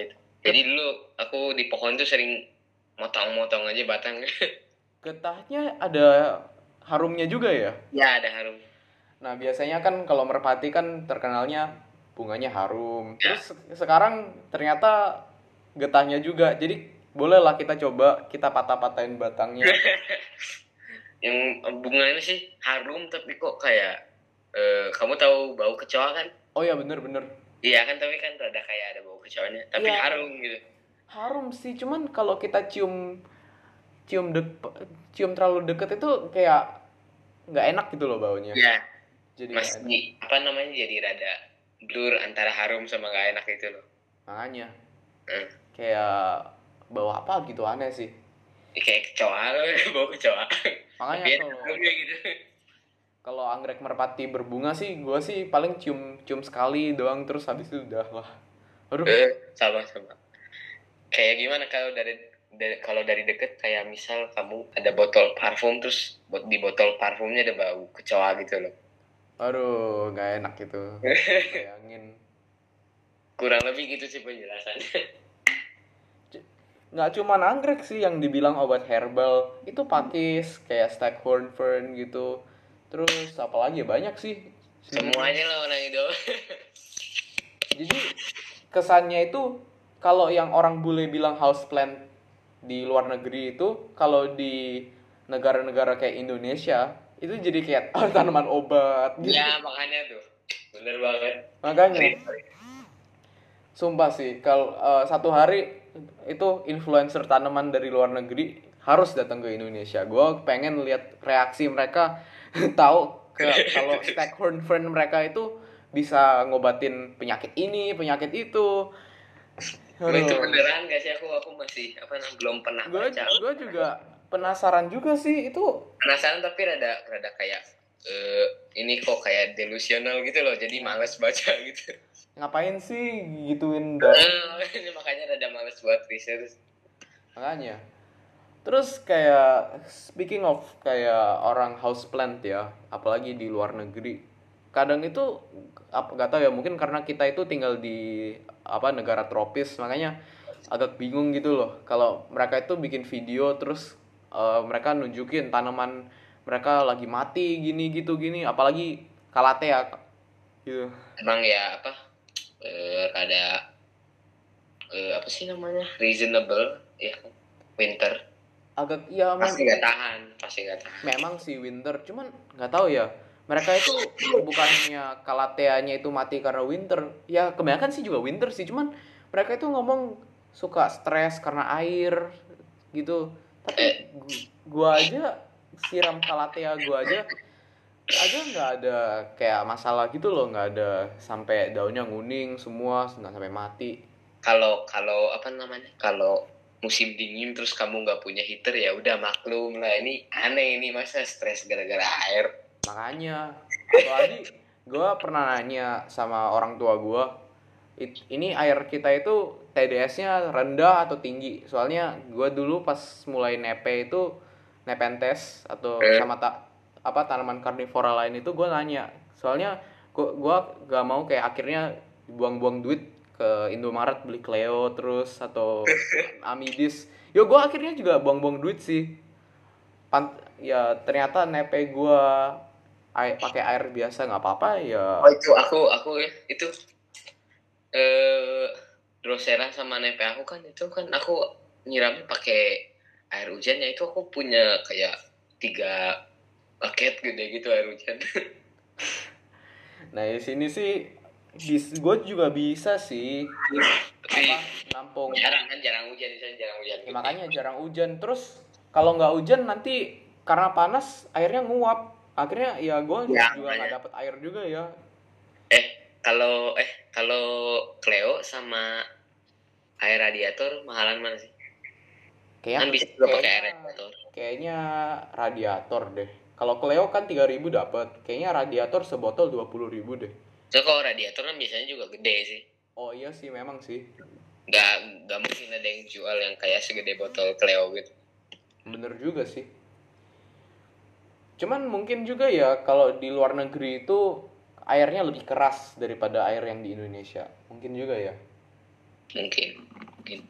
Jadi dulu aku di pohon tuh sering motong-motong aja batang. Getahnya ada harumnya juga ya? Ya ada harum. Nah, biasanya kan kalau merpati kan terkenalnya bunganya harum. Ya. Terus se- sekarang ternyata getahnya juga. Jadi bolehlah kita coba kita patah-patahin batangnya. Yang bunganya sih harum tapi kok kayak eh, kamu tahu bau kecoa kan? Oh ya, bener-bener. Iya kan, tapi kan rada kayak ada bau kecoanya, tapi Iya, harum gitu. harum sih. Cuman kalau kita cium cium dek cium terlalu deket itu kayak nggak enak gitu loh baunya. Ya, Jadi nggak enak. masih apa namanya, jadi rada blur antara harum sama nggak enak itu loh. Makanya Hmm. kayak bau apa gitu aneh sih. Ya, kayak kecoa loh, bau kecoa. Makanya Tapi ada kalau harumnya gitu. kalau anggrek merpati berbunga sih gue sih paling cium cium sekali doang terus habis itu udah lah. Aduh, Eh, sama-sama. Kayak gimana kalau dari, dari kalau dari deket, kayak misal kamu ada botol parfum terus bot- di botol parfumnya ada bau kecoa gitu loh. aduh, nggak enak gitu. Bayangin. Kurang lebih gitu sih penjelasannya. C- Nggak cuman anggrek sih yang dibilang obat herbal, itu pakis kayak staghorn fern gitu. Terus apalagi ya banyak sih. sebenarnya. Semuanya lah orang itu. Jadi kesannya itu kalau yang orang bule bilang houseplant di luar negeri itu kalau di negara-negara kayak Indonesia itu jadi kayak oh, tanaman obat gitu. Ya makanya tuh, bener banget. Makanya sumpah sih kalau eh, satu hari itu influencer tanaman dari luar negeri harus datang ke Indonesia. Gue pengen lihat reaksi mereka tahu ke kalau staghorn fern mereka itu bisa ngobatin penyakit ini, penyakit itu. Gue itu beneran gak sih, aku aku masih apa namanya, belum pernah Gue baca. gue juga penasaran juga sih itu. Penasaran tapi rada rada kayak eh, ini kok kayak delusional gitu loh, jadi males baca gitu. Ngapain sih gituin daun? Ini makanya rada males buat research. Makanya. Terus kayak speaking of kayak orang houseplant ya, apalagi di luar negeri. Kadang itu apa nggak tahu ya, mungkin karena kita itu tinggal di apa negara tropis, makanya agak bingung gitu loh. Kalau mereka itu bikin video terus eh, mereka nunjukin tanaman mereka lagi mati gini gitu gini, apalagi kalatea gitu. Emang ya apa eh, rada eh, apa sih namanya, reasonable ya kan? Winter Agak ya pasti mem- nggak tahan, pasti nggak tahan. memang sih winter, cuman nggak tahu ya. Mereka itu bukannya kalateanya itu mati karena winter. Ya kebanyakan sih juga winter sih, cuman mereka itu ngomong suka stres karena air gitu. Tapi gu- gua aja siram kalatea gua aja aja nggak ada kayak masalah gitu loh, nggak ada sampai daunnya nguning semua, nggak sampai mati. Kalau kalau apa namanya, kalau musim dingin terus kamu nggak punya heater ya udah maklum lah, ini aneh, ini masa stres gara-gara air. Makanya apalagi gue pernah nanya sama orang tua gue, ini air kita itu T D S-nya rendah atau tinggi? Soalnya gue dulu pas mulai nepe itu nepentes atau Eh. sama tak apa tanaman karnivora lain itu gue nanya. Soalnya gue gua gak mau kayak akhirnya buang-buang duit ke Indomaret beli Cleo terus atau Amidis. Yo gue akhirnya juga buang-buang duit sih. Pant ya ternyata nepe gue air, pakai air biasa nggak apa-apa ya. Oh itu aku aku ya itu eh Drosera sama nepe aku kan, itu kan aku nyiramnya pakai air hujan ya, itu aku punya kayak tiga paket gede gitu air hujan. Nah di sini sih bis, gue juga bisa sih Tapi apa nampung. jarang kan, jarang hujan di sana, jarang hujan. Ya, makanya jarang hujan. Terus kalau nggak hujan nanti karena panas airnya nguap. Akhirnya ya gue Ya, juga nggak makanya. dapet air juga ya. Eh kalau eh kalau Cleo sama air radiator mahalan mana sih? Kan Kayaknya bisa juga pakai air kayaknya, radiator. kayaknya radiator deh. Kalau Cleo kan tiga ribu dapat. Kayaknya radiator sebotol dua puluh ribu deh. So kalau radiator kan biasanya juga gede sih. Oh iya sih memang sih. Nggak nggak mungkin ada yang jual yang kayak segede botol Cleo gitu. Bener juga sih. Cuman mungkin juga ya kalau di luar negeri itu airnya lebih keras daripada air yang di Indonesia. Mungkin juga ya. Mungkin. Mungkin.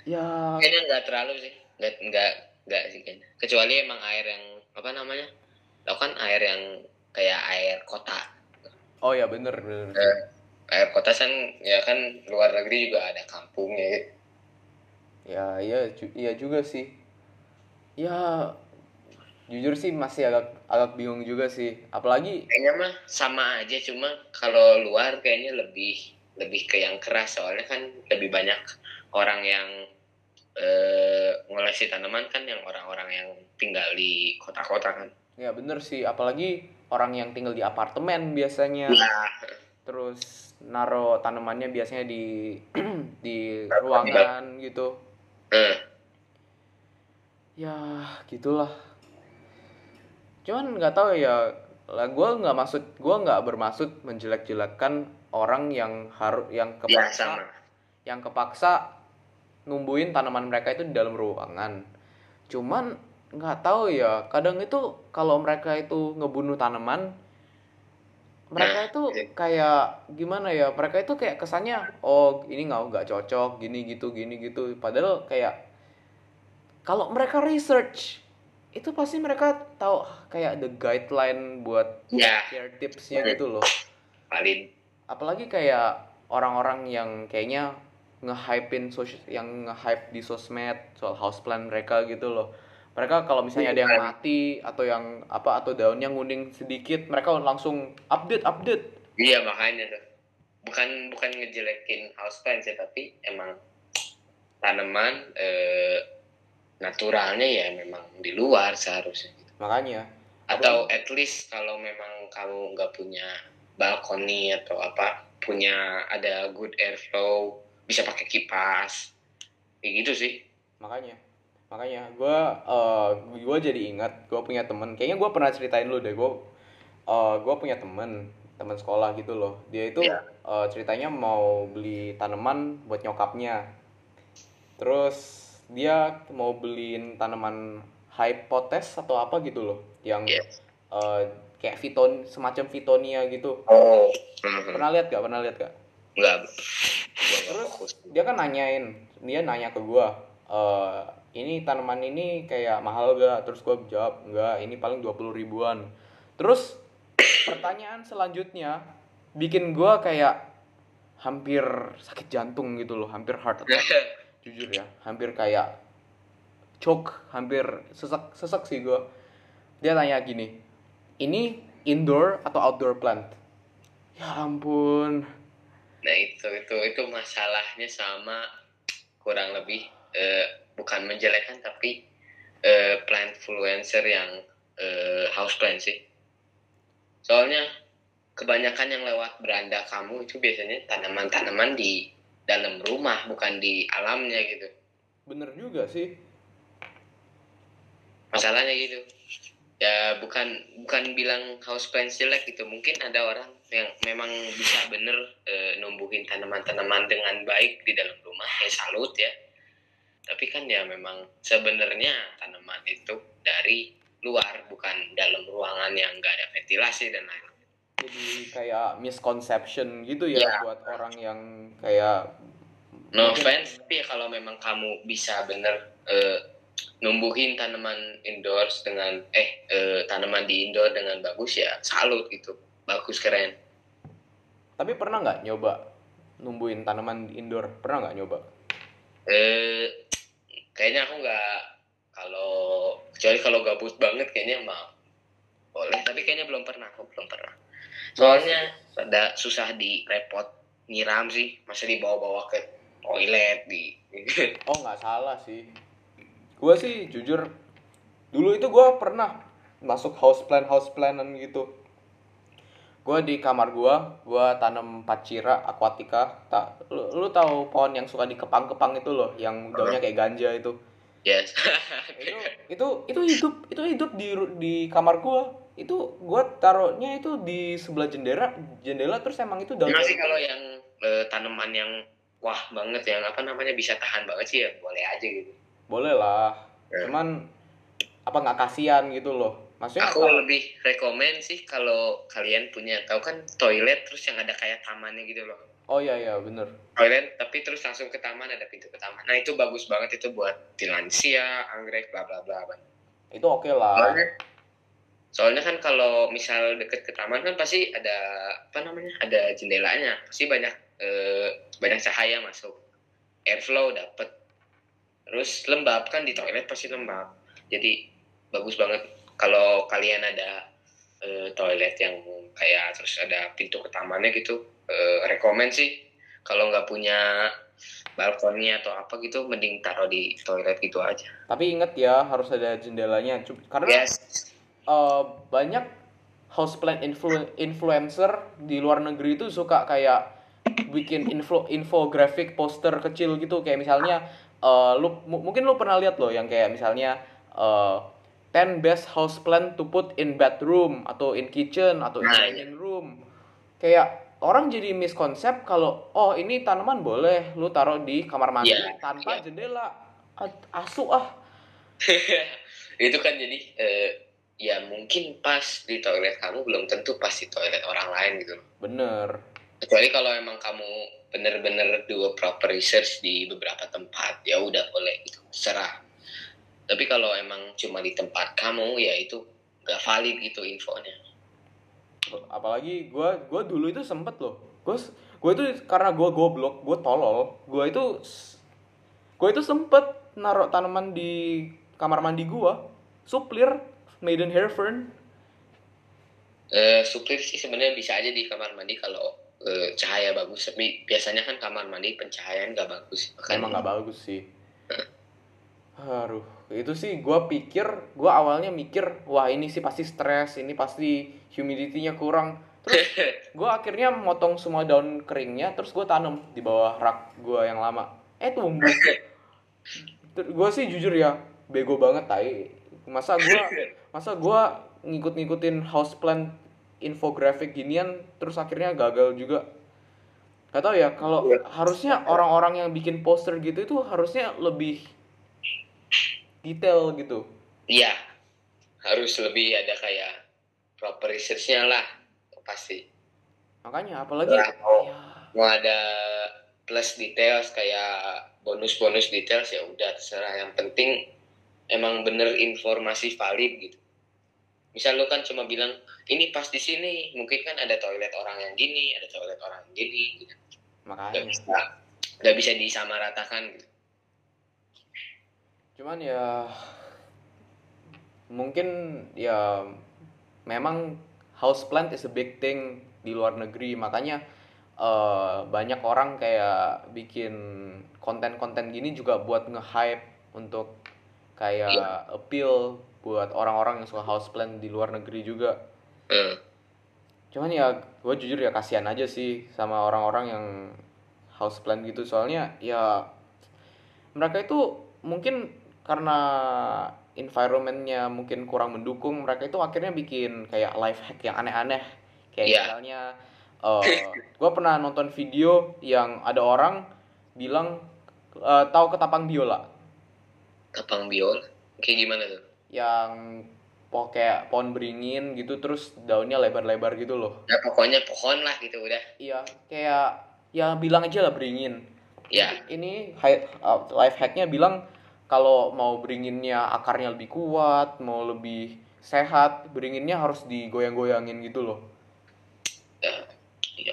Ya, Kayaknya nggak terlalu sih, nggak nggak nggak sih kayaknya. Kecuali emang air yang apa namanya, tau kan air yang kayak air kota. oh ya bener bener sih. Eh, air kota kan ya kan luar negeri juga ada kampungnya. Gitu. Ya iya ju- iya juga sih. Ya jujur sih masih agak agak bingung juga sih. Apalagi Kayaknya mah sama aja, cuma kalau luar kayaknya lebih lebih ke yang keras, soalnya kan lebih banyak orang yang eh, ngoleksi tanaman kan, yang orang-orang yang tinggal di kota-kota kan. ya bener sih, apalagi orang yang tinggal di apartemen biasanya. Ya, Terus naro tanamannya biasanya di di tinggal. ruangan gitu. Eh, Ya gitulah. Cuman nggak tahu ya, lah gue nggak maksud gue nggak bermaksud menjelek-jelekan orang yang harus yang ya kepaksa sama. yang kepaksa numbuhin tanaman mereka itu di dalam ruangan. Cuman nggak tahu ya, kadang itu kalau mereka itu ngebunuh tanaman, Nah, mereka itu kayak gimana ya, mereka itu kayak kesannya oh ini nggak nggak cocok gini gitu gini gitu, padahal kayak kalau mereka research itu pasti mereka tahu kayak the guideline buat ya care tipsnya gitu loh. paling Apalagi kayak orang-orang yang kayaknya nge-hypein sos- yang nge-hype di sosmed soal houseplant mereka gitu loh. Mereka kalau misalnya ada yang bukan. mati atau yang apa atau daunnya nguning sedikit, mereka langsung update update. Iya makanya tuh. Bukan bukan ngejelekin houseplant sih, tapi emang tanaman eh, naturalnya ya memang di luar seharusnya. Makanya Atau apalagi at least kalau memang kamu nggak punya balkoni atau apa, punya ada good airflow, bisa pakai kipas, kayak gitu sih. makanya makanya gue uh, gue jadi ingat gue punya temen, kayaknya gue pernah ceritain lu deh. Gue uh, gue punya temen teman sekolah gitu loh. Dia itu Ya, uh, ceritanya mau beli tanaman buat nyokapnya. Terus dia mau beliin tanaman hypotes atau apa gitu loh, yang ya. uh, kayak fiton semacam fitonia gitu. Oh, mhm. Pernah lihat gak? Pernah lihat gak? Nggak, gua nggak Terus fokus. dia kan nanyain, dia nanya ke gua, eh ini tanaman ini kayak mahal gak? Terus gua jawab, enggak, ini paling dua puluh ribuan. Terus pertanyaan selanjutnya bikin gua kayak hampir sakit jantung gitu loh, hampir heart attack. Jujur ya, hampir kayak choke, hampir sesak sesak sih gua. Dia tanya gini, ini indoor atau outdoor plant? Ya ampun. Nah itu itu itu masalahnya sama, kurang lebih eh, bukan menjelekan tapi eh, plant influencer yang eh, house plant sih. Soalnya kebanyakan yang lewat beranda kamu itu biasanya tanaman-tanaman di dalam rumah, bukan di alamnya gitu. Bener juga sih. Masalahnya gitu. Ya bukan bukan bilang houseplant jelek gitu. Mungkin ada orang yang memang bisa bener e, numbuhin tanaman-tanaman dengan baik di dalam rumah. Ya salut ya. Tapi kan ya memang sebenarnya tanaman itu dari luar, bukan dalam ruangan yang gak ada ventilasi dan lain-lain. Jadi kayak misconception gitu ya, Ya, buat orang yang kayak no mungkin offense, tapi ya kalau memang kamu bisa bener eh, numbuhin tanaman indoors dengan eh, eh tanaman di indoor dengan bagus, ya salut gitu, bagus, keren. tapi pernah nggak nyoba numbuhin tanaman di indoor? Pernah nggak nyoba? Eh kayaknya aku nggak, kalau kecuali kalau gabut banget kayaknya mah boleh, tapi kayaknya belum pernah, aku belum pernah. Gua Soalnya ada susah di repot nyiram sih, masa dibawa-bawa ke toilet di. oh nggak salah sih. Gue sih jujur dulu itu gue pernah masuk houseplant houseplanan gitu. Gue di kamar gue, gue tanam pacira aquatica. Tak, lu, lu tahu pohon yang suka dikepang-kepang itu loh, yang daunnya kayak ganja itu. Yes. itu itu itu hidup itu hidup di di kamar gua. Itu gua taruhnya itu di sebelah jendela jendela terus emang itu daun Masih daun kalau yang eh, tanaman yang wah banget, yang apa namanya bisa tahan banget sih, ya boleh aja gitu. boleh lah. Nah, Cuman apa nggak kasihan gitu loh, maksudnya aku kalau lebih rekomen sih kalau kalian punya, tahu kan toilet terus yang ada kayak tamannya gitu loh. Oh iya iya bener. Toilet tapi terus langsung ke taman, ada pintu ke taman. Nah itu bagus banget itu buat di lansia, anggrek, bla bla bla. Itu oke lah. Soalnya, soalnya kan kalau misal deket ke taman kan pasti ada apa namanya, ada jendelanya, pasti banyak eh, banyak cahaya masuk, airflow dapet. Terus lembab kan di toilet pasti lembab. Jadi bagus banget kalau kalian ada eh, toilet yang kayak terus ada pintu ke tamannya gitu. Eh, rekomen sih kalau nggak punya balkonnya atau apa gitu, mending taruh di toilet gitu aja. Tapi inget ya harus ada jendelanya. Cu- Karena Yes. eh, banyak houseplant influ- influencer di luar negeri itu suka kayak bikin info infografik poster kecil gitu kayak misalnya eh, lu mu- mungkin lu pernah lihat loh yang kayak misalnya eh, ten best houseplant to put in bedroom atau in kitchen atau in Nah, dining room. Kayak orang jadi miskonsep kalau oh ini tanaman boleh lu taruh di kamar mandi iya, tanpa iya. jendela. A- Asu ah. Itu kan jadi eh, ya mungkin pas di toilet kamu belum tentu pas di toilet orang lain gitu. Bener. Kecuali kalau emang kamu bener-bener do proper research di beberapa tempat, ya udah boleh gitu, serah. Tapi kalau emang cuma di tempat kamu, ya itu gak valid gitu infonya. Apalagi gue gue dulu itu sempet loh gue gue itu karena gue goblok gue tolol gue itu gue itu sempet naruh tanaman di kamar mandi gue suplir Maiden Hair Fern. Eh, suplir sih sebenarnya bisa aja di kamar mandi kalau eh, cahaya bagus, tapi biasanya kan kamar mandi pencahayaan gak bagus. Emang Makanya nggak bagus sih. Aduh, itu sih gue pikir, gue awalnya mikir, wah ini sih pasti stres, ini pasti humidity-nya kurang. Terus gue akhirnya motong semua daun keringnya, terus gue tanam di bawah rak gue yang lama. Eh tumbuh. Gue sih jujur ya, bego banget tai. Masa gue, masa gue ngikut-ngikutin houseplant infografik ginian, terus akhirnya gagal juga. Gak tau ya, kalau harusnya orang-orang yang bikin poster gitu itu harusnya lebih detail gitu. iya, harus lebih ada kayak proper research-nya lah, pasti. Makanya apalagi Lah, mau, ya mau ada plus details kayak bonus-bonus details ya udah terserah, yang penting emang bener informasi valid gitu. Misal lo kan cuma bilang ini pas di sini, mungkin kan ada toilet orang yang gini, ada toilet orang yang gini gitu. Gak makanya. bisa, gak bisa disamaratakan gitu. Cuman ya mungkin ya memang houseplant is a big thing di luar negeri, makanya eh, banyak orang kayak bikin konten-konten gini juga buat nge-hype untuk Iya. kayak appeal buat orang-orang yang suka houseplant di luar negeri juga. Hmm. Cuman ya gue jujur ya kasihan aja sih sama orang-orang yang houseplant gitu, soalnya ya mereka itu mungkin karena environmentnya mungkin kurang mendukung, mereka itu akhirnya bikin kayak life hack yang aneh-aneh kayak Iya. misalnya uh, gue pernah nonton video yang ada orang bilang uh, tahu ketapang biola Kapang biol. Kayak gimana tuh? yang po kayak pohon beringin gitu terus daunnya lebar-lebar gitu loh. Ya pokoknya pohon lah gitu udah. Iya kayak ya bilang aja lah beringin. Ya. Ini hi- uh, life hacknya bilang kalau mau beringinnya akarnya lebih kuat, mau lebih sehat, beringinnya harus digoyang-goyangin gitu loh. Ya. Iya.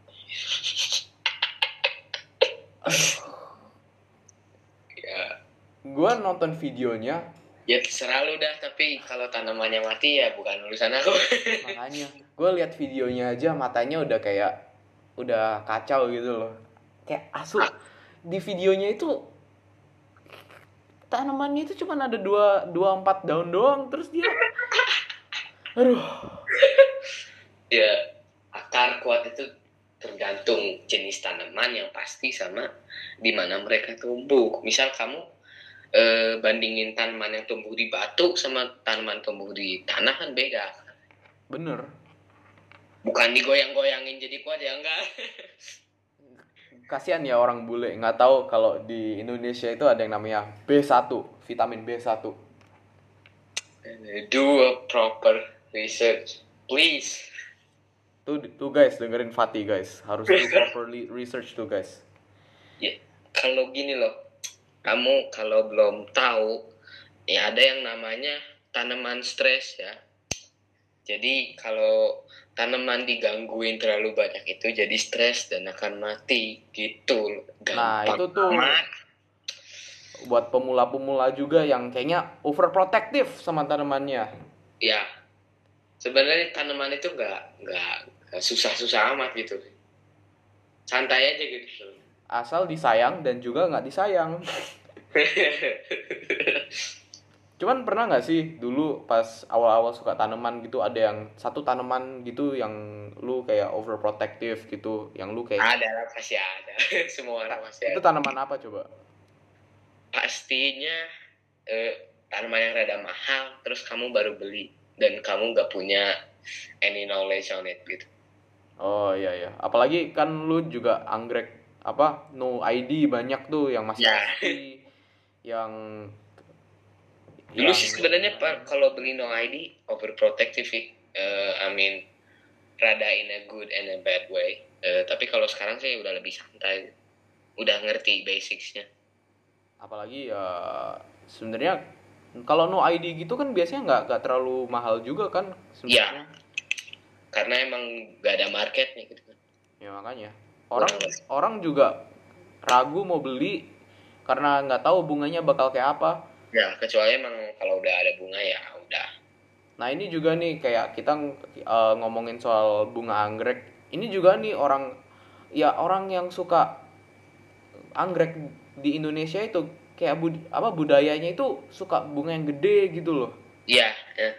Ya. Gua nonton videonya, Ya terserah lu dah, tapi kalau tanamannya mati ya bukan urusan aku. makanya gue lihat videonya aja matanya udah kayak udah kacau gitu loh. Kayak asu di videonya itu tanamannya itu cuma ada dua dua empat daun doang terus dia, aduh. Ya akar kuat itu tergantung jenis tanaman yang pasti sama di mana mereka tumbuh. Misal kamu eh, bandingin tanaman yang tumbuh di batu sama tanaman tumbuh di tanah kan beda. Bener. Bukan digoyang-goyangin jadi kuat ya enggak. Kasihan ya orang bule nggak tahu kalau di Indonesia itu ada yang namanya B satu, vitamin B satu. Do a proper research, please. Tuh, tuh guys, dengerin Fatih guys. Harus do properly research tuh guys. Ya, kalau gini loh, kamu kalau belum tahu, ya ada yang namanya tanaman stres ya. Jadi kalau tanaman digangguin terlalu banyak itu jadi stres dan akan mati gitu. Nah, Gampang itu tuh amat. buat pemula-pemula juga yang kayaknya overprotective sama tanamannya. Ya, sebenarnya tanaman itu nggak nggak nggak susah-susah amat gitu. Santai aja gitu. Asal disayang dan juga nggak disayang. Cuman pernah nggak sih dulu pas awal-awal suka tanaman gitu ada yang satu tanaman gitu yang lu kayak overprotective gitu, yang lu kayak Ada lah, pasti ada. Semua orang pasti itu ada. tanaman apa coba? Pastinya eh, tanaman yang rada mahal, terus kamu baru beli dan kamu nggak punya any knowledge on it gitu. Oh iya iya. Apalagi kan lu juga anggrek apa no I D banyak tuh yang masih Ya. asli yang Dulu yang sih sebenarnya Pak, kalau beli no I D overprotective sih. Eh, I mean rada in a good and a bad way. Eh, tapi kalau sekarang sih udah lebih santai, udah ngerti basicsnya. apalagi ya sebenarnya kalau no I D gitu kan biasanya nggak nggak terlalu mahal juga kan sebenarnya. Karena emang gak ada marketnya gitu kan. Ya makanya orang Kurang. orang juga ragu mau beli karena nggak tahu bunganya bakal kayak apa. Ya kecuali emang kalau udah ada bunga ya udah. Nah ini juga nih kayak kita uh, ngomongin soal bunga anggrek. Ini juga nih orang ya orang yang suka anggrek di Indonesia itu kayak bud apa budayanya itu suka bunga yang gede gitu loh. Iya. Ya.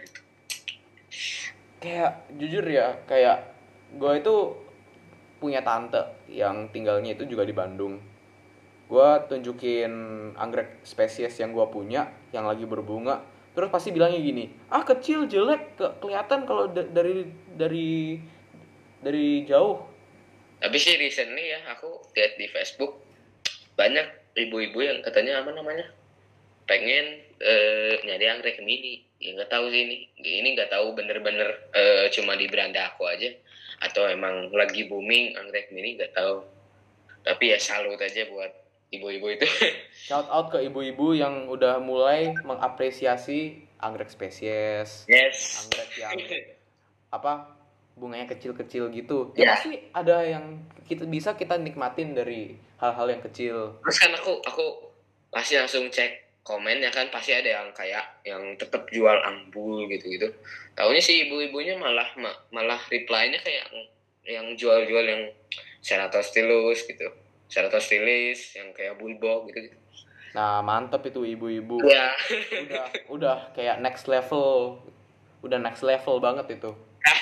Kayak jujur ya kayak gue itu punya tante yang tinggalnya itu juga di Bandung. Gue tunjukin anggrek spesies yang gue punya yang lagi berbunga, terus pasti bilangnya gini, ah kecil jelek ke kelihatan kalau da- dari dari dari jauh. Tapi sih recently ya aku lihat di Facebook banyak ibu-ibu yang katanya apa namanya pengen eh, nyari anggrek mini. Ya nggak tahu sih ini. Ini nggak tahu bener-bener eh, cuma di beranda aku aja atau emang lagi booming anggrek mini nggak tahu. Tapi ya salut aja buat ibu-ibu itu. Shout out ke ibu-ibu yang udah mulai mengapresiasi anggrek spesies, Yes. anggrek yang apa bunganya kecil-kecil gitu. Ya Ya. pasti ada yang kita bisa kita nikmatin dari hal-hal yang kecil. Terus kan aku aku pasti langsung cek komen ya kan pasti ada yang kayak yang tetap jual ambul gitu-gitu. Taunya sih ibu-ibunya malah ma- malah reply-nya kayak yang jual-jual yang Ceratostylus gitu. Ceratostylis yang kayak bulbo gitu. Nah, mantep itu ibu-ibu. Ya. Udah udah kayak next level. Udah next level banget itu.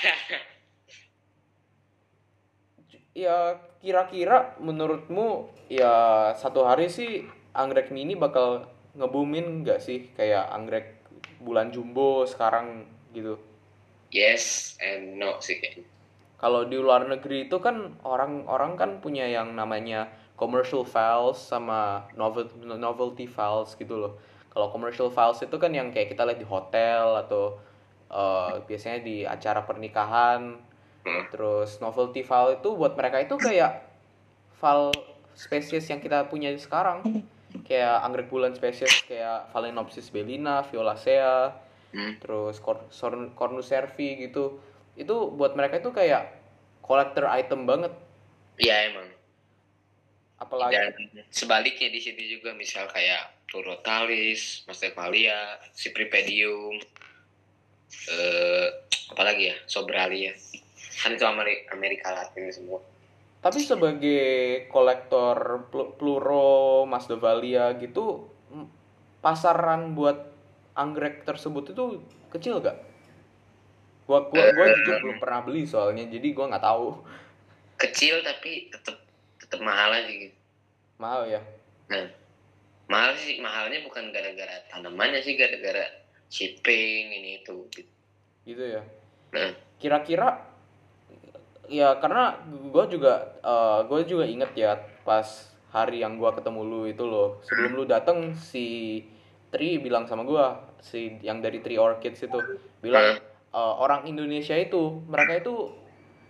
Ya kira-kira menurutmu ya satu hari sih anggrek mini bakal ngeboomin nggak sih kayak anggrek bulan jumbo sekarang gitu? Yes and no sih kayaknya. Kalau di luar negeri itu kan orang-orang kan punya yang namanya commercial files sama novel, novelty files gitu loh. Kalau commercial files itu kan yang kayak kita lihat di hotel atau uh, biasanya di acara pernikahan. Hmm. Terus novelty file itu buat mereka itu kayak file spesies yang kita punya sekarang. Kayak anggrek bulan spesies kayak Phalaenopsis bellina, Violacea, Hmm. terus Cornus cervi gitu. Itu buat mereka itu kayak collector item banget. Iya emang. Apalagi Dan sebaliknya di sini juga misal kayak Pleurotalis, Masdevallia, Cypripedium, eh, apalagi ya Sobralia. Kan itu Ameri- Amerika Latin semua. tapi sebagai kolektor pl- Pluro, Masdevallia gitu, m- pasaran buat anggrek tersebut itu kecil gak? Gua gua gua Eh, jujur belum pernah beli soalnya, jadi gua nggak tahu. Kecil tapi tetap tetap mahal aja gitu. Mahal ya. Nah, mahal sih mahalnya bukan gara-gara tanamannya sih gara-gara shipping ini itu gitu. Gitu ya. Nah, Kira-kira ya karena gue juga uh, gue juga inget ya pas hari yang gue ketemu lu itu loh, sebelum lu dateng si Tri bilang sama gue, si yang dari Tri Orchids itu bilang uh, orang Indonesia itu mereka itu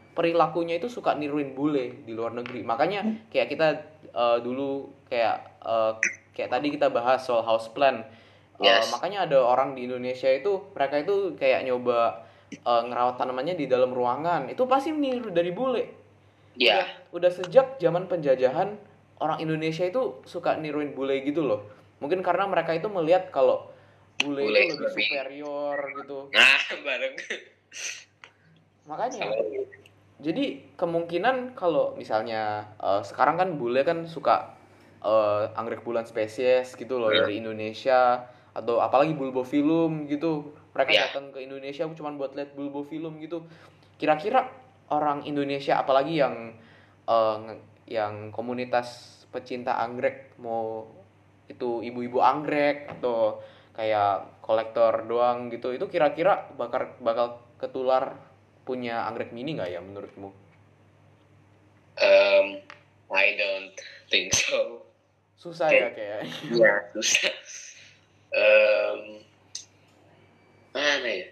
perilakunya itu suka niruin bule di luar negeri. Makanya kayak kita uh, dulu kayak uh, kayak tadi kita bahas soal houseplant. Uh, Yes. makanya ada orang di Indonesia itu mereka itu kayak nyoba uh, ngerawat tanamannya di dalam ruangan. Itu pasti niru dari bule. Ya. Udah, udah sejak zaman penjajahan orang Indonesia itu suka niruin bule gitu loh. Mungkin karena mereka itu melihat kalau bule, Bule itu lebih lebih- superior gitu. Nah, bareng. Makanya. Sama. Jadi kemungkinan kalau misalnya uh, sekarang kan bule kan suka uh, anggrek bulan spesies gitu loh Hmm. dari Indonesia atau apalagi bulbophyllum gitu. Mereka Ya. datang ke Indonesia cuma buat lihat bulbophyllum gitu. Kira-kira orang Indonesia apalagi yang uh, nge- yang komunitas pecinta anggrek, mau itu ibu-ibu anggrek atau kayak kolektor doang gitu, itu kira-kira bakal bakal ketular punya anggrek mini nggak ya menurutmu? Um, I don't think so. Susah ya kayak. Iya, susah. Um, mana ya?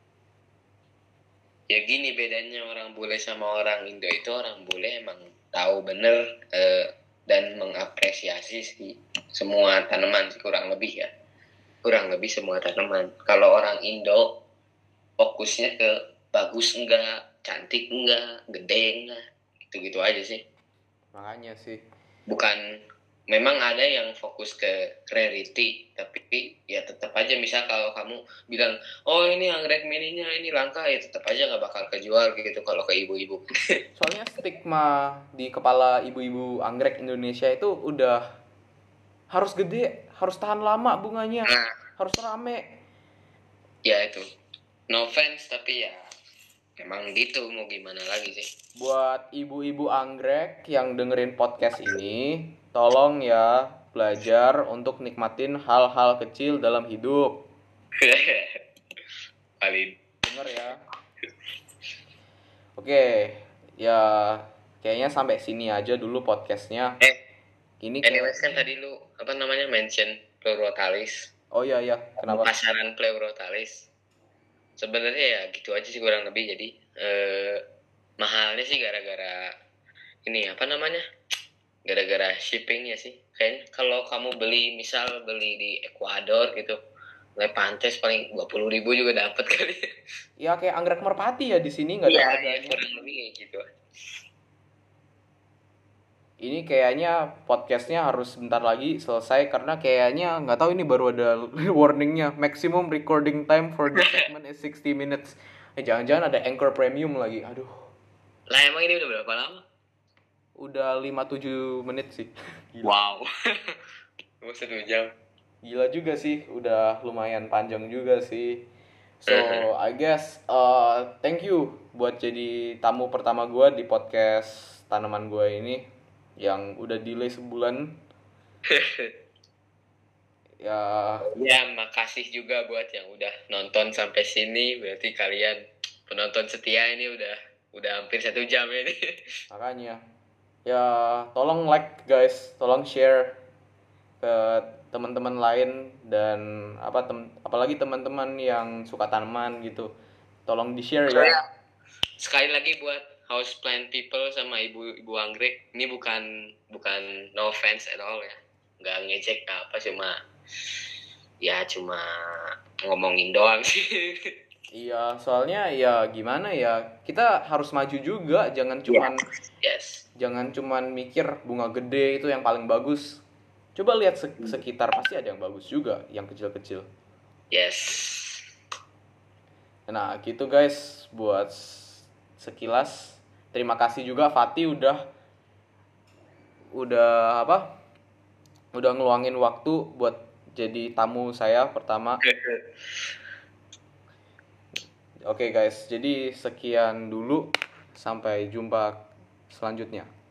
Ya gini bedanya orang bule sama orang Indo itu, orang bule emang tahu bener eh, dan mengapresiasi sih semua tanaman sih, kurang lebih ya. Kurang lebih semua tanaman. Kalau orang Indo fokusnya ke bagus enggak, cantik enggak, gede enggak, gitu-gitu aja sih. Makanya sih. Bukan, memang ada yang fokus ke rarity, tapi ya tetap aja misal kalau kamu bilang oh ini anggrek mininya ini langka, ya tetap aja nggak bakal kejual gitu kalau ke ibu-ibu. Soalnya stigma di kepala ibu-ibu anggrek Indonesia itu udah harus gede, harus tahan lama bunganya, Nah, harus rame. ya itu, no offense tapi ya emang gitu, mau gimana lagi sih. Buat ibu-ibu anggrek yang dengerin podcast ini, tolong ya belajar untuk nikmatin hal-hal kecil dalam hidup. Paling Denger ya. Oke, ya kayaknya sampai sini aja dulu podcastnya. eh Ini kayak, anyways kan tadi lu apa namanya mention Pleurotalis, oh iya iya, kenapa? pasaran Pleurotalis. Sebenarnya ya gitu aja sih kurang lebih. Jadi eh, mahalnya sih gara-gara ini apa namanya, gara-gara shippingnya sih. Kayaknya kalau kamu beli misal beli di Ekuador gitu, Lepantes paling dua puluh ribu juga dapat kali. Ya kayak anggrek merpati ya, di sini nggak ada Iya, ya, harganya. kurang lebih kayak gitu. Ini kayaknya podcastnya harus bentar lagi selesai karena kayaknya nggak tahu ini baru ada warningnya, maximum recording time for this segment is sixty minutes. Eh jangan-jangan ada Anchor Premium lagi. Aduh, Lah emang ini udah berapa lama? udah lima tujuh menit sih. Gila. Wow. Cuma satu jam. Gila juga sih, udah lumayan panjang juga sih. So, I guess uh, thank you buat jadi tamu pertama gue di podcast tanaman gue ini yang udah delay sebulan. Ya, Ya, makasih juga buat yang udah nonton sampai sini. Berarti kalian penonton setia ini udah udah hampir satu jam ini. makanya. Ya, tolong like guys, tolong share ke teman-teman lain dan apa tem apalagi teman-teman yang suka tanaman gitu. Tolong di-share ya. Sekali lagi buat houseplant people sama ibu-ibu anggrek, ini bukan bukan no offense at all ya. Nggak ngejek apa, cuma ya cuma ngomongin doang sih. Iya, soalnya ya gimana ya, kita harus maju juga, jangan cuman Yes. jangan cuman mikir bunga gede itu yang paling bagus. Coba lihat sek- sekitar, pasti ada yang bagus juga, yang kecil-kecil. Yes. Nah, gitu guys, buat s- sekilas. Terima kasih juga Fatih udah udah apa? Udah ngeluangin waktu buat jadi tamu saya pertama. Oke guys, jadi sekian dulu. Sampai jumpa selanjutnya.